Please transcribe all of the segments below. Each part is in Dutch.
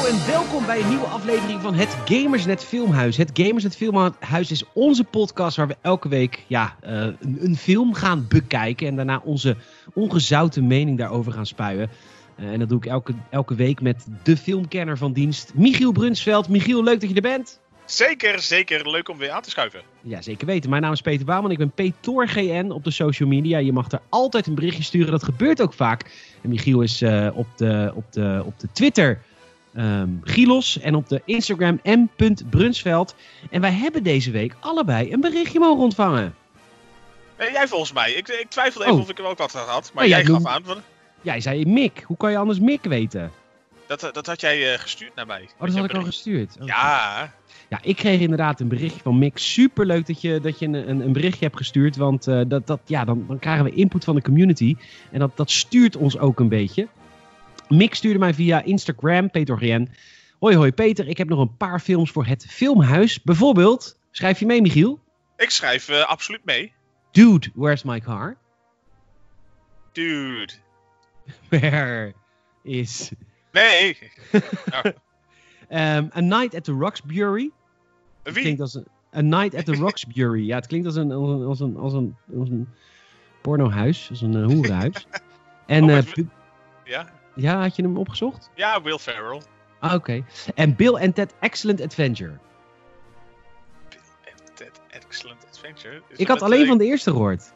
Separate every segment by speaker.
Speaker 1: en welkom bij een nieuwe aflevering van het Gamersnet Filmhuis. Het Gamersnet Filmhuis is onze podcast waar we elke week een film gaan bekijken en daarna onze ongezouten mening daarover gaan spuien. En dat doe ik elke week met de filmkenner van dienst, Michiel Brunsveld. Michiel, leuk dat je er bent.
Speaker 2: Zeker. Leuk om weer aan te schuiven.
Speaker 1: Ja, zeker weten. Mijn naam is Peter Bouwman. Ik ben PetorGN op de social media. Je mag er altijd een berichtje sturen. Dat gebeurt ook vaak. En Michiel is op de Twitter Gilos en op de Instagram m.brunsveld. En wij hebben deze week allebei een berichtje mogen ontvangen.
Speaker 2: Jij volgens mij. Ik twijfelde even of ik er ook wat had. Maar jij gaf aan.
Speaker 1: Jij zei Mick. Hoe kan je anders Mick weten?
Speaker 2: Dat had jij gestuurd naar mij.
Speaker 1: Oh, dat had ik al gestuurd. Oh.
Speaker 2: Ja.
Speaker 1: Ja, ik kreeg inderdaad een berichtje van Mick. Superleuk dat je een berichtje hebt gestuurd. Want dan krijgen we input van de community. En dat stuurt ons ook een beetje. Mick stuurde mij via Instagram, PetorGN. Hoi Peter, ik heb nog een paar films voor het Filmhuis. Bijvoorbeeld, schrijf je mee Michiel?
Speaker 2: Ik schrijf absoluut mee.
Speaker 1: Dude, where's my car?
Speaker 2: Dude.
Speaker 1: Where is...
Speaker 2: Nee.
Speaker 1: A Night at the Roxbury.
Speaker 2: Wie?
Speaker 1: Klinkt als A Night at the Roxbury. Ja, het klinkt als een pornohuis, als een hoerenhuis. En ja, had je hem opgezocht?
Speaker 2: Ja, Will Ferrell.
Speaker 1: Ah, oké. En Bill and Ted Excellent Adventure.
Speaker 2: Bill and Ted Excellent Adventure?
Speaker 1: Ik had alleen van de eerste gehoord.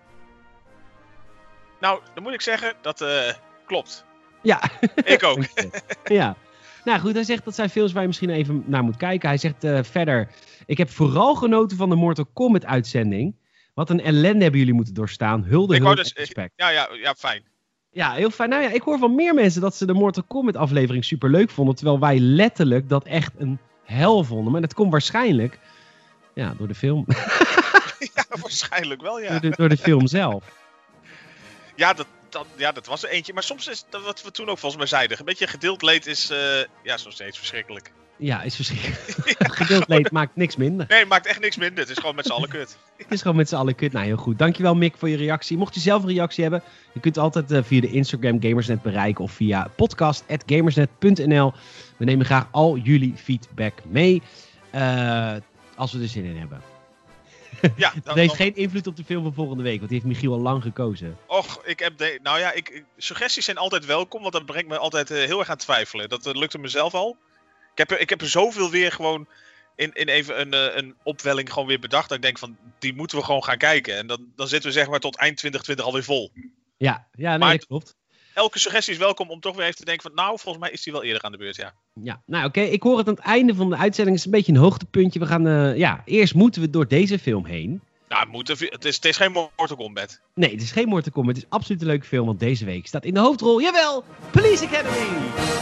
Speaker 2: Nou, dan moet ik zeggen, dat klopt.
Speaker 1: Ja.
Speaker 2: Ik ook.
Speaker 1: Ja. Nou goed, hij zegt dat zijn films waar je misschien even naar moet kijken. Hij zegt verder, ik heb vooral genoten van de Mortal Kombat uitzending. Wat een ellende hebben jullie moeten doorstaan. Hulde en respect.
Speaker 2: Ja, fijn.
Speaker 1: Ja, heel fijn. Nou ja, ik hoor van meer mensen dat ze de Mortal Kombat aflevering super leuk vonden. Terwijl wij letterlijk dat echt een hel vonden. Maar dat komt waarschijnlijk door de film.
Speaker 2: Ja, waarschijnlijk wel, ja.
Speaker 1: Door de film zelf.
Speaker 2: Ja, dat was er eentje. Maar soms is dat wat we toen ook volgens mij zeiden. Een beetje gedeeld leed is nog steeds verschrikkelijk.
Speaker 1: Ja, is verschrikkelijk. Gedeeld leed maakt niks minder.
Speaker 2: Nee, maakt echt niks minder. Het is gewoon met z'n allen kut.
Speaker 1: Het is gewoon met z'n allen kut. Nou, heel goed. Dankjewel Mick voor je reactie. Mocht je zelf een reactie hebben, je kunt altijd via de Instagram Gamersnet bereiken of via podcast@gamersnet.nl. We nemen graag al jullie feedback mee. Als we er zin in hebben.
Speaker 2: Ja,
Speaker 1: dat heeft geen invloed op de film van volgende week, want die heeft Michiel al lang gekozen.
Speaker 2: Och, suggesties zijn altijd welkom, want dat brengt me altijd heel erg aan twijfelen. Dat lukte mezelf al. Ik heb er zoveel weer gewoon in even een opwelling gewoon weer bedacht. Dat ik denk van, die moeten we gewoon gaan kijken. En dan zitten we zeg maar tot eind 2020 alweer vol.
Speaker 1: Ja, dat klopt.
Speaker 2: Elke suggestie is welkom om toch weer even te denken van, nou, volgens mij is die wel eerder aan de beurt, ja.
Speaker 1: Ja, nou oké. Ik hoor het aan het einde van de uitzending. Het is een beetje een hoogtepuntje. We gaan, eerst moeten we door deze film heen.
Speaker 2: Nou, het is geen Mortal Kombat.
Speaker 1: Nee, het is geen Mortal Kombat. Het is absoluut een leuke film, want deze week staat in de hoofdrol, jawel, Police Academy!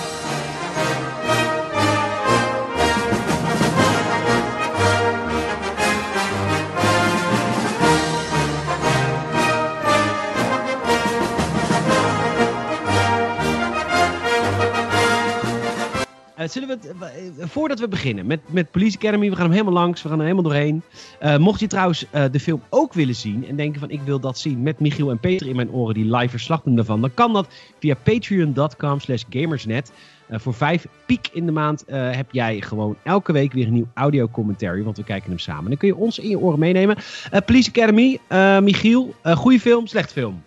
Speaker 1: Voordat we beginnen met Police Academy, we gaan hem helemaal langs, we gaan er helemaal doorheen. Mocht je trouwens de film ook willen zien en denken van ik wil dat zien met Michiel en Peter in mijn oren die live verslag doen daarvan, dan kan dat via patreon.com/gamersnet. Voor 5 piek in de maand heb jij gewoon elke week weer een nieuw audio commentary, want we kijken hem samen. Dan kun je ons in je oren meenemen. Police Academy, Michiel, goede film, slecht film?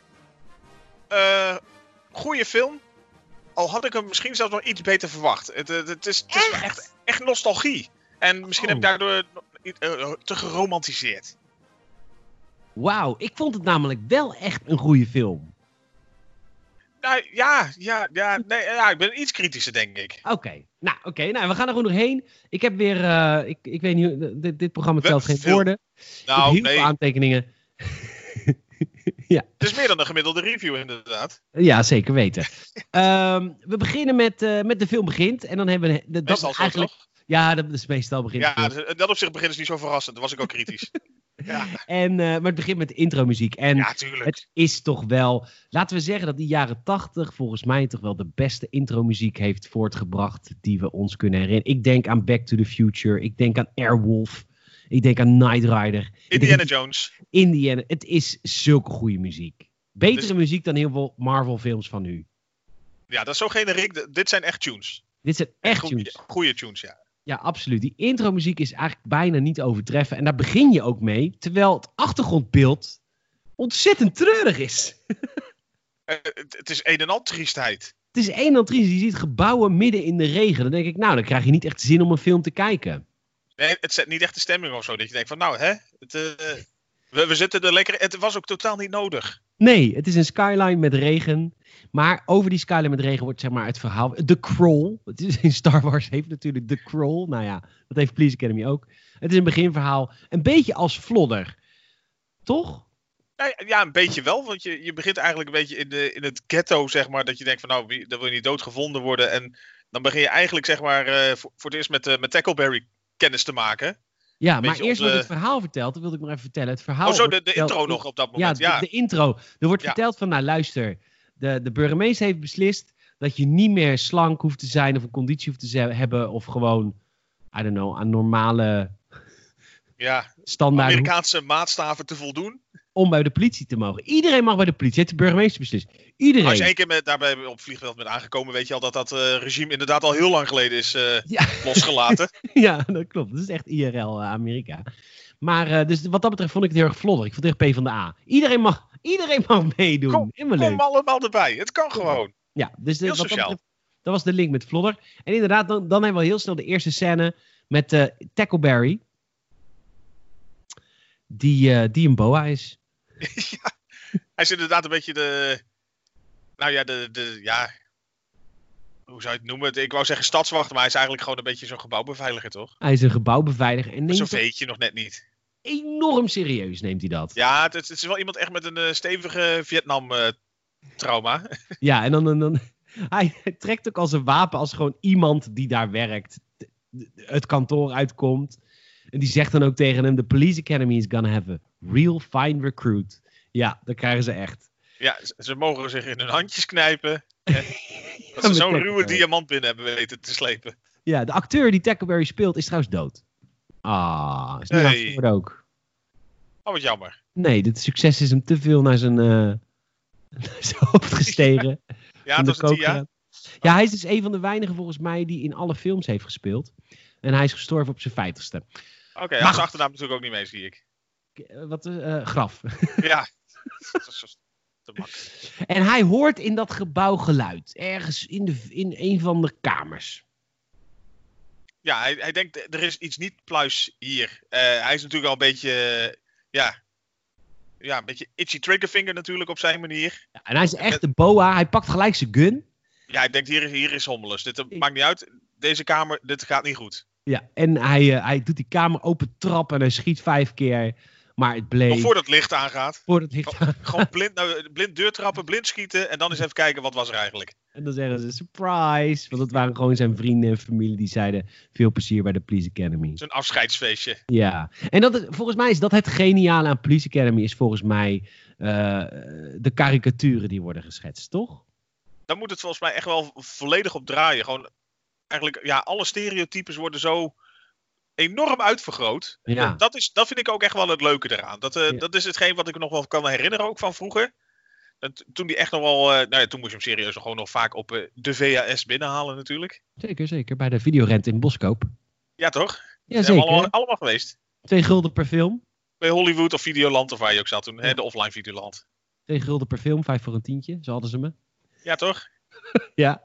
Speaker 2: Goede film. Al had ik hem misschien zelfs nog iets beter verwacht. Het is echt nostalgie. En misschien heb ik daardoor te geromantiseerd.
Speaker 1: Wauw, ik vond het namelijk wel echt een goede film.
Speaker 2: Nou, ik ben iets kritischer, denk ik.
Speaker 1: Oké, nou, we gaan er gewoon doorheen. Ik heb weer, ik weet niet, dit programma telt geen woorden.
Speaker 2: Nou,
Speaker 1: heel veel aantekeningen. Ja.
Speaker 2: Het is meer dan een gemiddelde review, inderdaad.
Speaker 1: Ja, zeker weten. We beginnen met de film begint. En dan hebben we... Dat is eigenlijk... Toch? Ja, dat is meestal begint.
Speaker 2: Ja, dat op zich begint is niet zo verrassend. Dat was ik ook kritisch. Ja.
Speaker 1: Maar het begint met de intromuziek. En
Speaker 2: ja, tuurlijk.
Speaker 1: Het is toch wel... Laten we zeggen dat die jaren 80 volgens mij toch wel de beste intromuziek heeft voortgebracht die we ons kunnen herinneren. Ik denk aan Back to the Future. Ik denk aan Airwolf. Ik denk aan Knight Rider.
Speaker 2: Indiana Jones.
Speaker 1: Indiana. Het is zulke goede muziek. Betere muziek dan heel veel Marvel films van nu.
Speaker 2: Ja, dat is zo generiek. Dit zijn echt tunes.
Speaker 1: Dit zijn echt tunes.
Speaker 2: Goede tunes, ja.
Speaker 1: Ja, absoluut. Die intro-muziek is eigenlijk bijna niet te overtreffen. En daar begin je ook mee, terwijl het achtergrondbeeld ontzettend treurig is.
Speaker 2: Het is een en al triestheid.
Speaker 1: Het is een en al triest. Je ziet gebouwen midden in de regen. Dan denk ik, nou, dan krijg je niet echt zin om een film te kijken.
Speaker 2: Nee, het zet niet echt de stemming of zo. Dat je denkt van, nou, hè? We zitten er lekker... Het was ook totaal niet nodig.
Speaker 1: Nee, het is een skyline met regen. Maar over die skyline met regen wordt zeg maar het verhaal... De Crawl. Het is, in Star Wars heeft natuurlijk de Crawl. Nou ja, dat heeft Police Academy ook. Het is een beginverhaal. Een beetje als Flodder. Toch?
Speaker 2: Ja, een beetje wel. Want je begint eigenlijk een beetje in het ghetto, zeg maar. Dat je denkt van, nou, dan wil je niet doodgevonden worden. En dan begin je eigenlijk, zeg maar, voor het eerst met Tackleberry kennis te maken.
Speaker 1: Ja, maar eerst wordt het verhaal verteld. Dat wilde ik nog even vertellen. Het verhaal
Speaker 2: de intro nog op dat moment.
Speaker 1: Ja, de intro. Er wordt verteld van, nou luister. De burgemeester heeft beslist dat je niet meer slank hoeft te zijn. Of een conditie hoeft te hebben. Of gewoon, I don't know, aan normale standaard
Speaker 2: Amerikaanse maatstaven te voldoen.
Speaker 1: Om bij de politie te mogen. Iedereen mag bij de politie. Heeft de burgemeester beslist. Iedereen.
Speaker 2: Als je één keer daarbij op het vliegveld bent aangekomen, weet je al dat regime inderdaad al heel lang geleden is losgelaten.
Speaker 1: Ja, dat klopt. Dat is echt IRL Amerika. Maar dus wat dat betreft vond ik het heel erg vlodder. Ik vond het echt PvdA. Iedereen mag meedoen.
Speaker 2: Kom allemaal erbij. Het kan gewoon.
Speaker 1: Ja, dus
Speaker 2: heel sociaal.
Speaker 1: Dat was de link met Flodder. En inderdaad, dan hebben we heel snel de eerste scène met Tackleberry. Die een boa is.
Speaker 2: Ja, hij is inderdaad een beetje hoe zou je het noemen? Ik wou zeggen stadswachter, maar hij is eigenlijk gewoon een beetje zo'n gebouwbeveiliger, toch?
Speaker 1: Hij is een gebouwbeveiliger. En
Speaker 2: zo'n veetje nog net niet.
Speaker 1: Enorm serieus neemt hij dat.
Speaker 2: Ja, het is wel iemand echt met een stevige Vietnam-trauma.
Speaker 1: Ja, en dan hij trekt ook als een wapen als gewoon iemand die daar werkt het kantoor uitkomt. En die zegt dan ook tegen hem, the Police Academy is gonna have a real fine recruit. Ja, dat krijgen ze echt.
Speaker 2: Ja, ze mogen zich in hun handjes knijpen. Dat ze zo'n ruwe diamant binnen hebben weten te slepen.
Speaker 1: Ja, de acteur die Tackleberry speelt is trouwens dood. Is niet afgevoerd ook.
Speaker 2: Oh, wat jammer.
Speaker 1: Nee, het succes is hem te veel naar zijn hoofd gestegen.
Speaker 2: Ja, dat was het
Speaker 1: Ja, hij is dus een van de weinigen volgens mij die in alle films heeft gespeeld. En hij is gestorven op zijn 50ste.
Speaker 2: Oké, hij is achternaam natuurlijk ook niet mee, zie ik.
Speaker 1: Graf.
Speaker 2: Ja, dat is te makkelijk.
Speaker 1: En hij hoort in dat gebouw geluid. Ergens in een van de kamers.
Speaker 2: Ja, hij denkt, er is iets niet pluis hier. Hij is natuurlijk al een beetje, een beetje itchy triggerfinger natuurlijk op zijn manier. Ja,
Speaker 1: en hij is echt de boa. Hij pakt gelijk zijn gun.
Speaker 2: Ja, hij denkt, hier is hommeles. Dit maakt niet uit. Deze kamer, dit gaat niet goed.
Speaker 1: Ja, en hij doet die kamer open trappen en hij schiet 5 keer. Maar het bleef...
Speaker 2: Nog voordat het licht aangaat.
Speaker 1: Gewoon
Speaker 2: blind deurtrappen, blind schieten en dan eens even kijken wat was er eigenlijk.
Speaker 1: En dan zeggen ze, surprise. Want het waren gewoon zijn vrienden en familie die zeiden, veel plezier bij de Police Academy.
Speaker 2: Zo'n afscheidsfeestje.
Speaker 1: Ja, en volgens mij is dat het geniale aan Police Academy, is volgens mij de karikaturen die worden geschetst, toch?
Speaker 2: Dan moet het volgens mij echt wel volledig op draaien. Gewoon, eigenlijk, alle stereotypes worden zo enorm uitvergroot.
Speaker 1: Ja.
Speaker 2: Dat vind ik ook echt wel het leuke eraan. Dat is hetgeen wat ik nog wel kan herinneren ook van vroeger. Toen die echt nog wel... toen moest je hem serieus gewoon nog vaak op de VHS binnenhalen natuurlijk.
Speaker 1: Zeker. Bij de videorent in Boskoop.
Speaker 2: Ja, toch?
Speaker 1: Ja, zeker.
Speaker 2: Allemaal geweest.
Speaker 1: 2 gulden per film.
Speaker 2: Bij Hollywood of Videoland of waar je ook zat toen. Ja. De offline Videoland.
Speaker 1: 2 gulden per film, 5 voor een tientje. Zo hadden ze me.
Speaker 2: Ja, toch?
Speaker 1: Ja.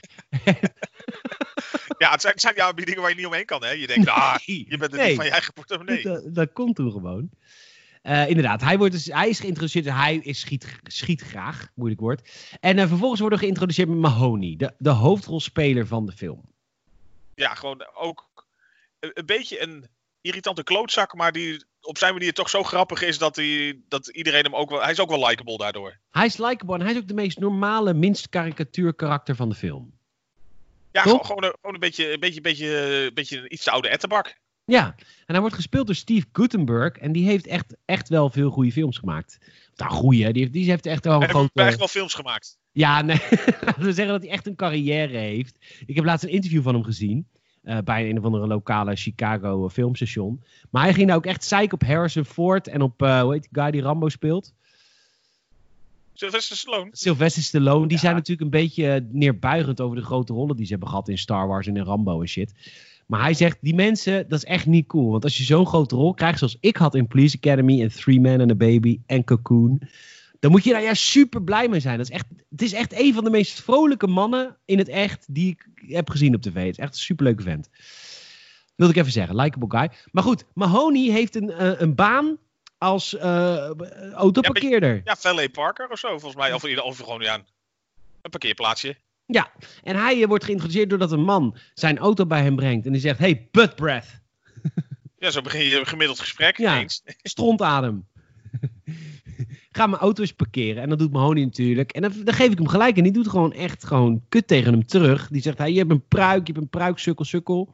Speaker 2: Ja, het zijn aanbiedingen waar je niet omheen kan, hè? Je denkt, je bent er niet van je eigen portemonnee.
Speaker 1: Dat komt toen gewoon. Inderdaad, hij is geïntroduceerd. Hij schiet graag, moeilijk woord. En vervolgens worden we geïntroduceerd met Mahoney, de hoofdrolspeler van de film.
Speaker 2: Ja, gewoon ook een beetje een irritante klootzak, maar die op zijn manier toch zo grappig is dat iedereen hem ook wel... Hij is ook wel likable daardoor.
Speaker 1: Hij is likable en hij is ook de meest normale, minst karikatuurkarakter van de film.
Speaker 2: Ja, gewoon een beetje iets te oude ettenbak.
Speaker 1: Ja, en hij wordt gespeeld door Steve Guttenberg. En die heeft echt wel veel goede films gemaakt. Nou, goeie, die heeft echt wel een grote...
Speaker 2: Hij heeft echt wel films gemaakt.
Speaker 1: Ja, nee, laten we zeggen dat hij echt een carrière heeft. Ik heb laatst een interview van hem gezien. Bij een of andere lokale Chicago filmstation. Maar hij ging daar ook echt zeiken op Harrison Ford. En op, hoe heet die guy die Rambo speelt?
Speaker 2: Sylvester
Speaker 1: Stallone. Die zijn natuurlijk een beetje neerbuigend over de grote rollen die ze hebben gehad in Star Wars en in Rambo en shit. Maar hij zegt, die mensen, dat is echt niet cool. Want als je zo'n grote rol krijgt, zoals ik had in Police Academy en Three Men and a Baby en Cocoon, dan moet je daar juist super blij mee zijn. Het is echt een van de meest vrolijke mannen in het echt die ik heb gezien op tv. Het is echt een superleuke vent. Wilde ik even zeggen, likable guy. Maar goed, Mahoney heeft een baan als autoparkeerder.
Speaker 2: Ja, valet Parker of zo, volgens mij. Of gewoon een parkeerplaatsje.
Speaker 1: Ja, en hij wordt geïntroduceerd doordat een man zijn auto bij hem brengt. En die zegt, hey, butt breath.
Speaker 2: Ja, zo begin je een gemiddeld gesprek.
Speaker 1: Ja, strontadem. Ga mijn auto eens parkeren. En dat doet Mahoney natuurlijk. En dan geef ik hem gelijk. En die doet gewoon kut tegen hem terug. Die zegt, hey, je hebt een pruik, sukkel.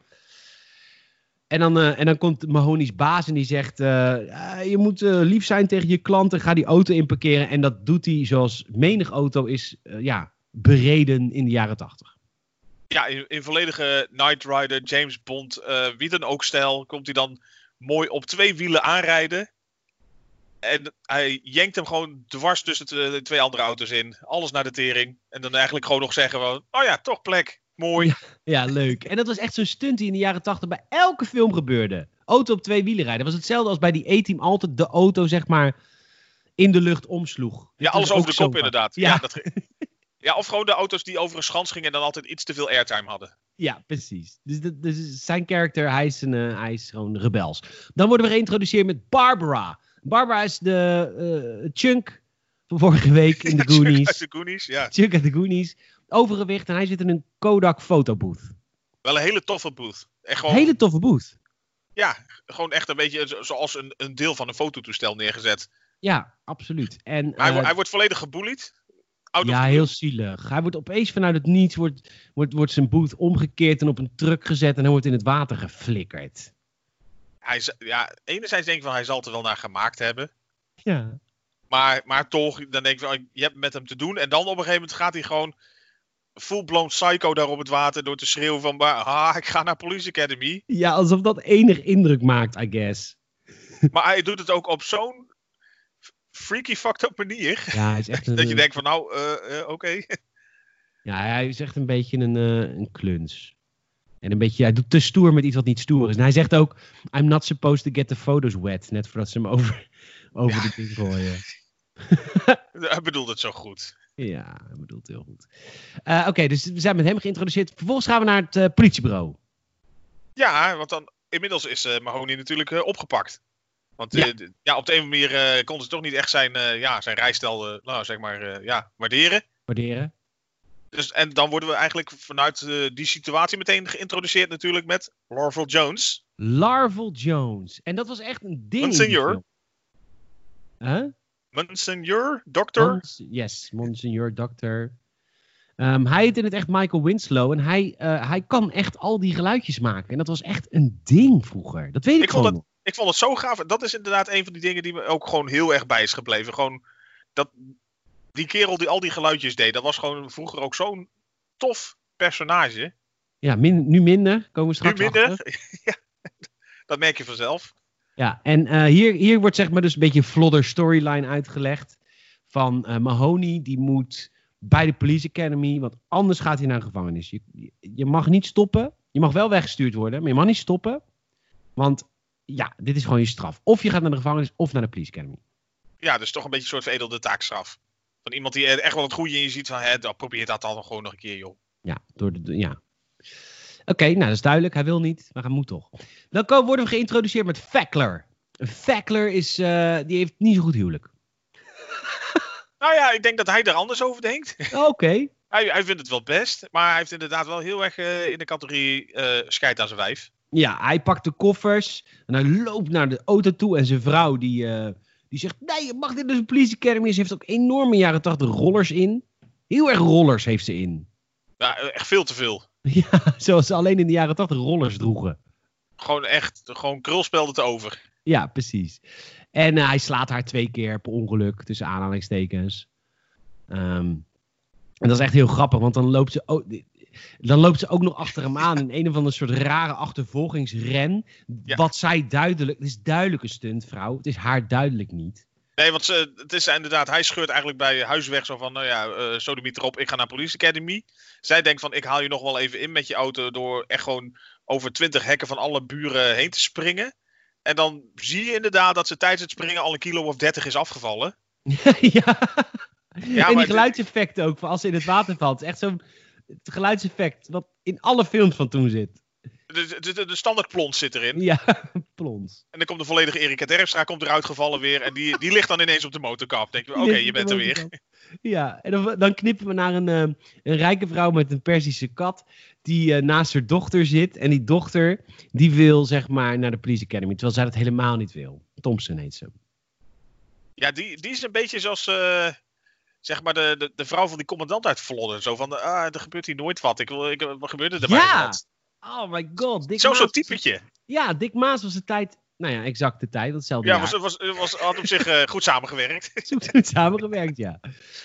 Speaker 1: En dan komt Mahoney's baas en die zegt, je moet lief zijn tegen je klanten. Ga die auto inparkeren. En dat doet hij zoals menig auto is, bereden in de jaren 80.
Speaker 2: Ja, in volledige Knight Rider, James Bond, wie dan ook stijl, komt hij dan mooi op 2 wielen aanrijden. En hij jenkt hem gewoon dwars tussen de 2 andere auto's in. Alles naar de tering. En dan eigenlijk gewoon nog zeggen van, oh ja, toch plek. Mooi.
Speaker 1: Ja, leuk. En dat was echt zo'n stunt die in de jaren 80 bij elke film gebeurde. Auto op 2 wielen rijden. Dat was hetzelfde als bij die A-Team altijd de auto, zeg maar, in de lucht omsloeg.
Speaker 2: Ja, alles over de kop inderdaad. Ja, of gewoon de auto's die over een schans gingen en dan altijd iets te veel airtime hadden.
Speaker 1: Ja, precies. Dus zijn karakter, hij is gewoon rebels. Dan worden we geïntroduceerd met Barbara. Barbara is de Chunk van vorige week in de Goonies.
Speaker 2: Chunk uit de Goonies, ja.
Speaker 1: Chunk uit de Goonies. Overgewicht en hij zit in een Kodak fotobooth.
Speaker 2: Wel een hele toffe booth. Echt gewoon,
Speaker 1: hele toffe booth.
Speaker 2: Ja, gewoon echt een beetje zoals een deel van een fototoestel neergezet.
Speaker 1: Ja, absoluut. En,
Speaker 2: hij wordt volledig gebullied.
Speaker 1: Ja, heel zielig. Hij wordt opeens vanuit het niets wordt zijn booth omgekeerd en op een truck gezet en hij wordt in het water geflikkerd.
Speaker 2: Enerzijds denk ik van hij zal het er wel naar gemaakt hebben.
Speaker 1: Ja.
Speaker 2: Maar toch, dan denk ik van je hebt met hem te doen. En dan op een gegeven moment gaat hij gewoon full-blown psycho daar op het water door te schreeuwen van ik ga naar Police Academy.
Speaker 1: Ja, alsof dat enig indruk maakt, I guess.
Speaker 2: Maar hij doet het ook op zo'n freaky fucked up manier.
Speaker 1: Ja, hij is echt
Speaker 2: dat je denkt van oké.
Speaker 1: Ja, hij is echt een beetje een kluns. En een beetje, hij doet te stoer met iets wat niet stoer is. En hij zegt ook, I'm not supposed to get the photos wet. Net voordat ze hem over de ding gooien.
Speaker 2: Hij bedoelt het zo goed.
Speaker 1: Ja, hij bedoelt het heel goed. Oké, dus we zijn met hem geïntroduceerd. Vervolgens gaan we naar het politiebureau.
Speaker 2: Ja, want dan inmiddels is Mahoney natuurlijk opgepakt. Want op de een of andere manier konden ze toch niet echt zijn rijstijl waarderen. Dus, en dan worden we eigenlijk vanuit die situatie meteen geïntroduceerd natuurlijk met Larval Jones.
Speaker 1: Larval Jones. En dat was echt een ding.
Speaker 2: Monseigneur.
Speaker 1: Huh?
Speaker 2: Monseigneur? Dokter?
Speaker 1: Yes, Monseigneur, dokter. Hij heet in het echt Michael Winslow. En hij kan echt al die geluidjes maken. En dat was echt een ding vroeger. Dat weet ik gewoon.
Speaker 2: Ik vond het zo gaaf. Dat is inderdaad een van die dingen die me ook gewoon heel erg bij is gebleven. Gewoon die kerel die al die geluidjes deed. Dat was gewoon vroeger ook zo'n tof personage.
Speaker 1: Ja, nu minder. Komen we straks achter.
Speaker 2: Ja, dat merk je vanzelf.
Speaker 1: Ja, en hier wordt zeg maar dus een beetje een vlodder storyline uitgelegd. Van Mahoney, die moet bij de Police Academy. Want anders gaat hij naar een gevangenis. Je mag niet stoppen. Je mag wel weggestuurd worden. Maar je mag niet stoppen. Want ja, dit is gewoon je straf. Of je gaat naar de gevangenis of naar de Police Academy.
Speaker 2: Ja, dus toch een beetje een soort veredelde taakstraf. Van iemand die echt wel het goede in je ziet van, probeer dat dan gewoon nog een keer, joh.
Speaker 1: Ja, Oké, nou dat is duidelijk. Hij wil niet, maar hij moet toch. Dan worden we geïntroduceerd met Fackler. Fackler die heeft niet zo goed huwelijk.
Speaker 2: Nou ja, ik denk dat hij er anders over denkt.
Speaker 1: Oké.
Speaker 2: Hij vindt het wel best, maar hij heeft inderdaad wel heel erg in de categorie scheid aan zijn wijf.
Speaker 1: Ja, hij pakt de koffers en hij loopt naar de auto toe en zijn vrouw die zegt, nee, je mag dit dus een Police Academy. Ze heeft ook enorme jaren 80 rollers in. Heel erg rollers heeft ze in.
Speaker 2: Ja, echt veel te veel.
Speaker 1: Ja, zoals ze alleen in de jaren 80 rollers droegen.
Speaker 2: Gewoon krulspel het over.
Speaker 1: Ja, precies. En hij slaat haar 2 keer per ongeluk, tussen aanhalingstekens. En dat is echt heel grappig, want dan loopt ze ook nog achter hem aan in een of andere soort rare achtervolgingsren. Ja. Wat zij duidelijk... Het is duidelijk een stuntvrouw. Het is haar duidelijk niet.
Speaker 2: Nee, want het is inderdaad, hij scheurt eigenlijk bij huis weg zo van, sodemiet erop, ik ga naar Police Academy. Zij denkt van, ik haal je nog wel even in met je auto door echt gewoon over 20 hekken van alle buren heen te springen. En dan zie je inderdaad dat ze tijdens het springen al 1 kilo of 30 is afgevallen.
Speaker 1: Ja.
Speaker 2: Ja,
Speaker 1: en
Speaker 2: maar
Speaker 1: die geluidseffecten ook, voor als ze in het water valt. Het is echt zo'n geluidseffect wat in alle films van toen zit.
Speaker 2: De standaard plons zit erin.
Speaker 1: Ja, plons.
Speaker 2: En dan komt de volledige Erika Terpstra komt eruit gevallen weer. En die ligt dan ineens op de motorkap. Denk je, oké, je bent er weer.
Speaker 1: Ja, en dan knippen we naar een rijke vrouw met een Perzische kat. Die naast haar dochter zit. En die dochter, die wil zeg maar naar de Police Academy. Terwijl zij dat helemaal niet wil. Thompson heet ze.
Speaker 2: Ja, die is een beetje zoals... zeg maar de vrouw van die commandant uit Vlodder. Zo van, er gebeurt hier nooit wat. Wat gebeurde er bij iemand?
Speaker 1: Oh my god.
Speaker 2: Zo'n typetje.
Speaker 1: Ja, Dick Maas was de tijd... Nou ja, exact de tijd. Datzelfde
Speaker 2: ja,
Speaker 1: jaar.
Speaker 2: had op zich goed samengewerkt.
Speaker 1: Goed samengewerkt, ja.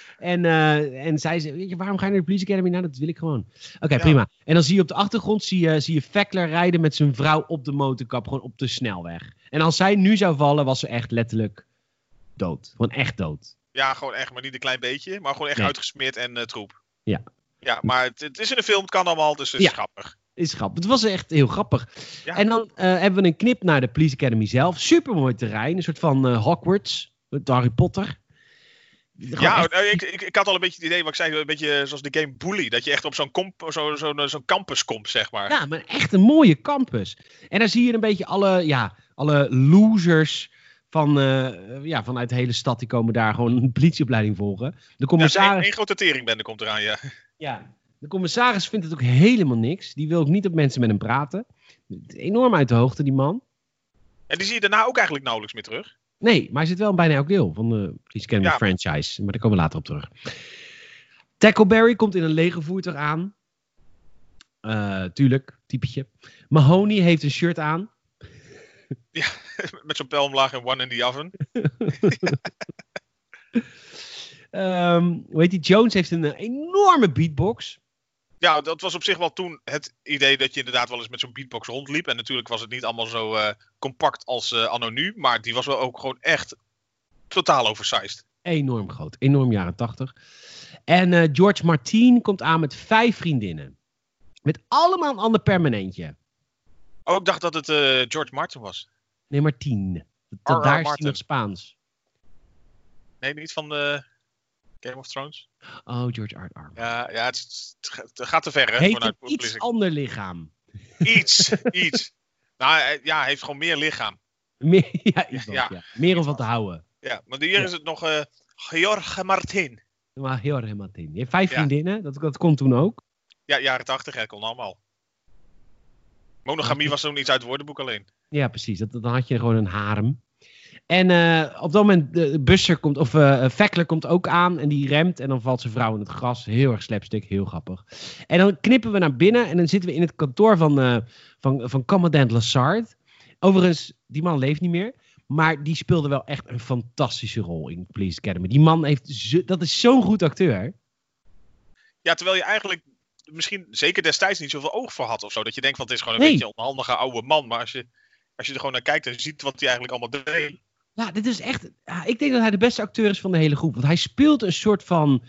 Speaker 1: En zij zei, weet je, waarom ga je naar de Police Academy? Nou, dat wil ik gewoon. Oké, prima. En dan zie je op de achtergrond, zie je Fackler rijden met zijn vrouw op de motorkap. Gewoon op de snelweg. En als zij nu zou vallen, was ze echt letterlijk dood. Gewoon echt dood.
Speaker 2: Ja, gewoon echt, maar niet een klein beetje. Maar gewoon echt uitgesmeerd en troep.
Speaker 1: Ja.
Speaker 2: Ja, maar het is in een film, het kan allemaal, dus het is grappig.
Speaker 1: Is grappig. Het was echt heel grappig.
Speaker 2: Ja.
Speaker 1: En dan hebben we een knip naar de Police Academy zelf. Supermooi terrein. Een soort van Hogwarts. Met Harry Potter.
Speaker 2: Ja, ik had al een beetje het idee, wat ik zei, een beetje zoals de game Bully. Dat je echt op zo'n campus komt, zeg maar.
Speaker 1: Ja, maar echt een mooie campus. En daar zie je een beetje alle losers vanuit de hele stad. Die komen daar gewoon een politieopleiding volgen. De commissaris...
Speaker 2: één grote teringbende komt eraan, ja.
Speaker 1: Ja, de commissaris vindt het ook helemaal niks. Die wil ook niet dat mensen met hem praten. Enorm uit de hoogte, die man.
Speaker 2: En die zie je daarna ook eigenlijk nauwelijks meer terug.
Speaker 1: Nee, maar hij zit wel in bijna elk deel van de Police Academy franchise. Maar daar komen we later op terug. Tackleberry komt in een lege voertuig aan. Tuurlijk, typetje. Mahoney heeft een shirt aan.
Speaker 2: Ja, met zo'n pijl omlaag en one in the oven.
Speaker 1: Hoe heet die? Jones heeft een enorme beatbox.
Speaker 2: Ja, dat was op zich wel toen het idee dat je inderdaad wel eens met zo'n beatbox rondliep. En natuurlijk was het niet allemaal zo compact als anno nu. Maar die was wel ook gewoon echt totaal oversized.
Speaker 1: Enorm groot. Enorm jaren 80. En George Martin komt aan met 5 vriendinnen. Met allemaal een ander permanentje.
Speaker 2: Oh, ik dacht dat het George Martin was.
Speaker 1: Nee, Martin. Daar is hij nog Spaans.
Speaker 2: Nee, niet van de Game of Thrones?
Speaker 1: Oh, George R.R.
Speaker 2: Ja, het gaat te ver, hè?
Speaker 1: Heeft een iets ander lichaam.
Speaker 2: Iets. Nou, hij heeft gewoon meer lichaam.
Speaker 1: Meer om van te houden.
Speaker 2: Ja, maar hier is het nog George Martin.
Speaker 1: Maar George Martin. Je heeft 5 vriendinnen, dat kon toen ook.
Speaker 2: Ja, jaren 80, hè, kon allemaal. Monogamie was toen iets uit het woordenboek alleen.
Speaker 1: Ja, precies. Dan had je gewoon een harem. En op dat moment, Fackler komt ook aan en die remt en dan valt zijn vrouw in het gras. Heel erg slapstick, heel grappig. En dan knippen we naar binnen en dan zitten we in het kantoor van commandant Lassard. Overigens, die man leeft niet meer, maar die speelde wel echt een fantastische rol in Police Academy. Die man dat is zo'n goed acteur.
Speaker 2: Ja, terwijl je eigenlijk misschien zeker destijds niet zoveel oog voor had of zo. Dat je denkt van het is gewoon een beetje een onhandige oude man, maar als je er gewoon naar kijkt en ziet wat hij eigenlijk allemaal deed.
Speaker 1: Ja, dit is echt... ik denk dat hij de beste acteur is van de hele groep. Want hij speelt een soort van...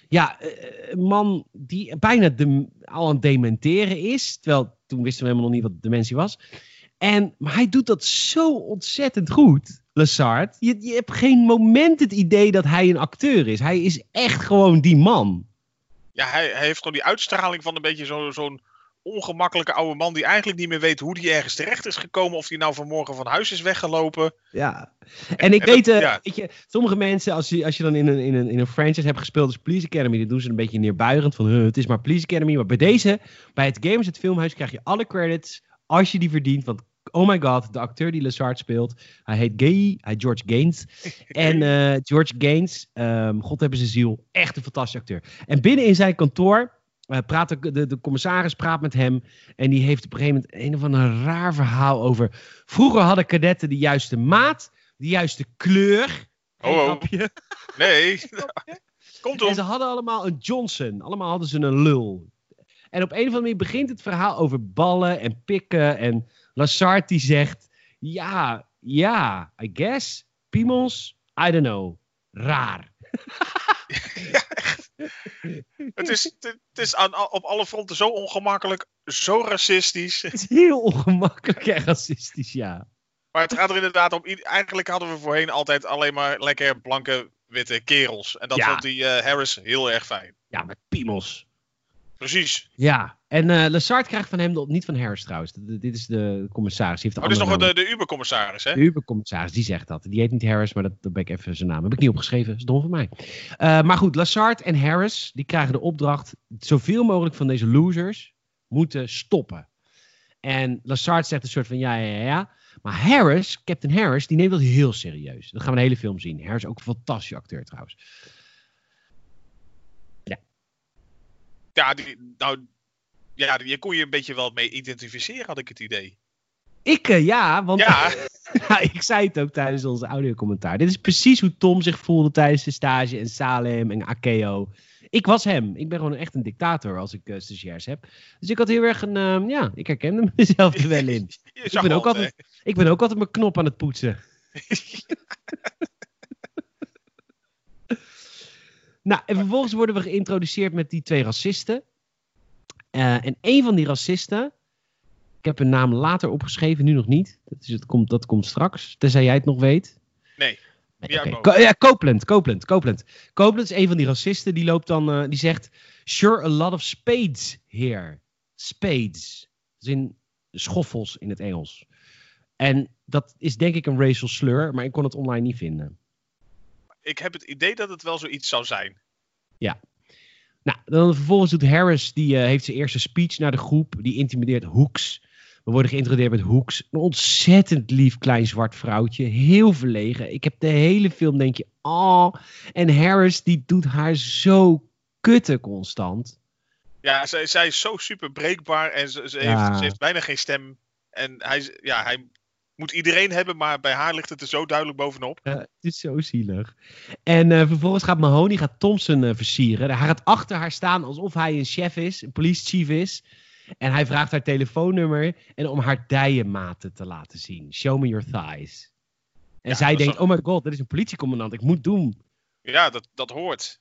Speaker 1: man die bijna al aan het dementeren is. Terwijl toen wisten we helemaal nog niet wat dementie was. Maar hij doet dat zo ontzettend goed, Lassard. Je hebt geen moment het idee dat hij een acteur is. Hij is echt gewoon die man.
Speaker 2: Ja, hij heeft gewoon die uitstraling van een beetje zo'n ongemakkelijke oude man die eigenlijk niet meer weet hoe die ergens terecht is gekomen. Of die nou vanmorgen van huis is weggelopen.
Speaker 1: Ja. En ik weet, weet je, sommige mensen, als je dan in een franchise hebt gespeeld als Police Academy, dan doen ze een beetje neerbuigend van, het is maar Police Academy. Maar bij het Gamers het Filmhuis krijg je alle credits als je die verdient. Want, oh my god, de acteur die Lassard speelt, hij heet George Gaines. En George Gaines, God hebben zijn ziel, echt een fantastische acteur. En binnen in zijn kantoor de commissaris praat met hem. En die heeft op een gegeven moment een of ander raar verhaal over. Vroeger hadden kadetten de juiste maat, de juiste kleur.
Speaker 2: Nee. Komt op.
Speaker 1: En ze hadden allemaal een Johnson. Allemaal hadden ze een lul. En op een of andere manier begint het verhaal over ballen en pikken. En Lassard die zegt, ja, I guess. Piemels, I don't know. Raar.
Speaker 2: Ja, echt. Het is op alle fronten zo ongemakkelijk, zo racistisch.
Speaker 1: Het is heel ongemakkelijk en racistisch, ja.
Speaker 2: Maar het gaat er inderdaad om... Eigenlijk hadden we voorheen altijd alleen maar lekker blanke, witte kerels. En dat vond die Harris heel erg fijn.
Speaker 1: Ja, met piemels.
Speaker 2: Precies.
Speaker 1: Ja, en Lessard krijgt van hem, niet van Harris trouwens. Dit is de commissaris. Die heeft
Speaker 2: dit is nog de Uber-commissaris, hè?
Speaker 1: De Uber-commissaris, die zegt dat. Die heet niet Harris, maar dat ben ik even zijn naam. Heb ik niet opgeschreven, dat is dom van mij. Maar goed, Lessard en Harris, die krijgen de opdracht... zoveel mogelijk van deze losers moeten stoppen. En Lessard zegt een soort van ja. Maar Harris, Captain Harris, die neemt dat heel serieus. Dat gaan we een hele film zien. Harris is ook een fantastische acteur trouwens.
Speaker 2: Ja, je kon je een beetje wel mee identificeren, had ik het idee.
Speaker 1: Ja, want
Speaker 2: Ja.
Speaker 1: ja, ik zei het ook tijdens onze audiocommentaar. Dit is precies hoe Tom zich voelde tijdens de stage en Salem en Akeo. Ik was hem. Ik ben gewoon echt een dictator als ik stagiairs heb. Dus ik had heel erg ik herkende mezelf er wel in. Ik ben ook altijd mijn knop aan het poetsen. Nou, en vervolgens worden we geïntroduceerd met die 2 racisten. En een van die racisten... Ik heb een naam later opgeschreven, nu nog niet. Dat komt straks, tenzij jij het nog weet.
Speaker 2: Nee.
Speaker 1: Copeland. Copeland is een van die racisten. Die loopt dan, die zegt... Sure, a lot of spades here. Spades. Dat is in schoffels in het Engels. En dat is denk ik een racial slur, maar ik kon het online niet vinden. Ik
Speaker 2: heb het idee dat het wel zoiets zou zijn.
Speaker 1: Ja. Nou, dan vervolgens doet Harris, die heeft zijn eerste speech naar de groep. Die intimideert Hooks. We worden geïntroduceerd met Hooks. Een ontzettend lief klein zwart vrouwtje. Heel verlegen. Ik heb de hele film denk je... Oh. En Harris die doet haar zo kutten constant.
Speaker 2: Ja, zij is zo super breekbaar. En ze heeft bijna geen stem. En hij moet iedereen hebben. Maar bij haar ligt het er zo duidelijk bovenop.
Speaker 1: Het is zo zielig. En vervolgens gaat Mahoney Thompson versieren. Hij gaat achter haar staan alsof hij een chef is. Een police chief is. En hij vraagt haar telefoonnummer en om haar dijenmaten te laten zien. Show me your thighs. En zij denkt, oh my god, dat is een politiecommandant. Ik moet doen.
Speaker 2: Ja, dat hoort.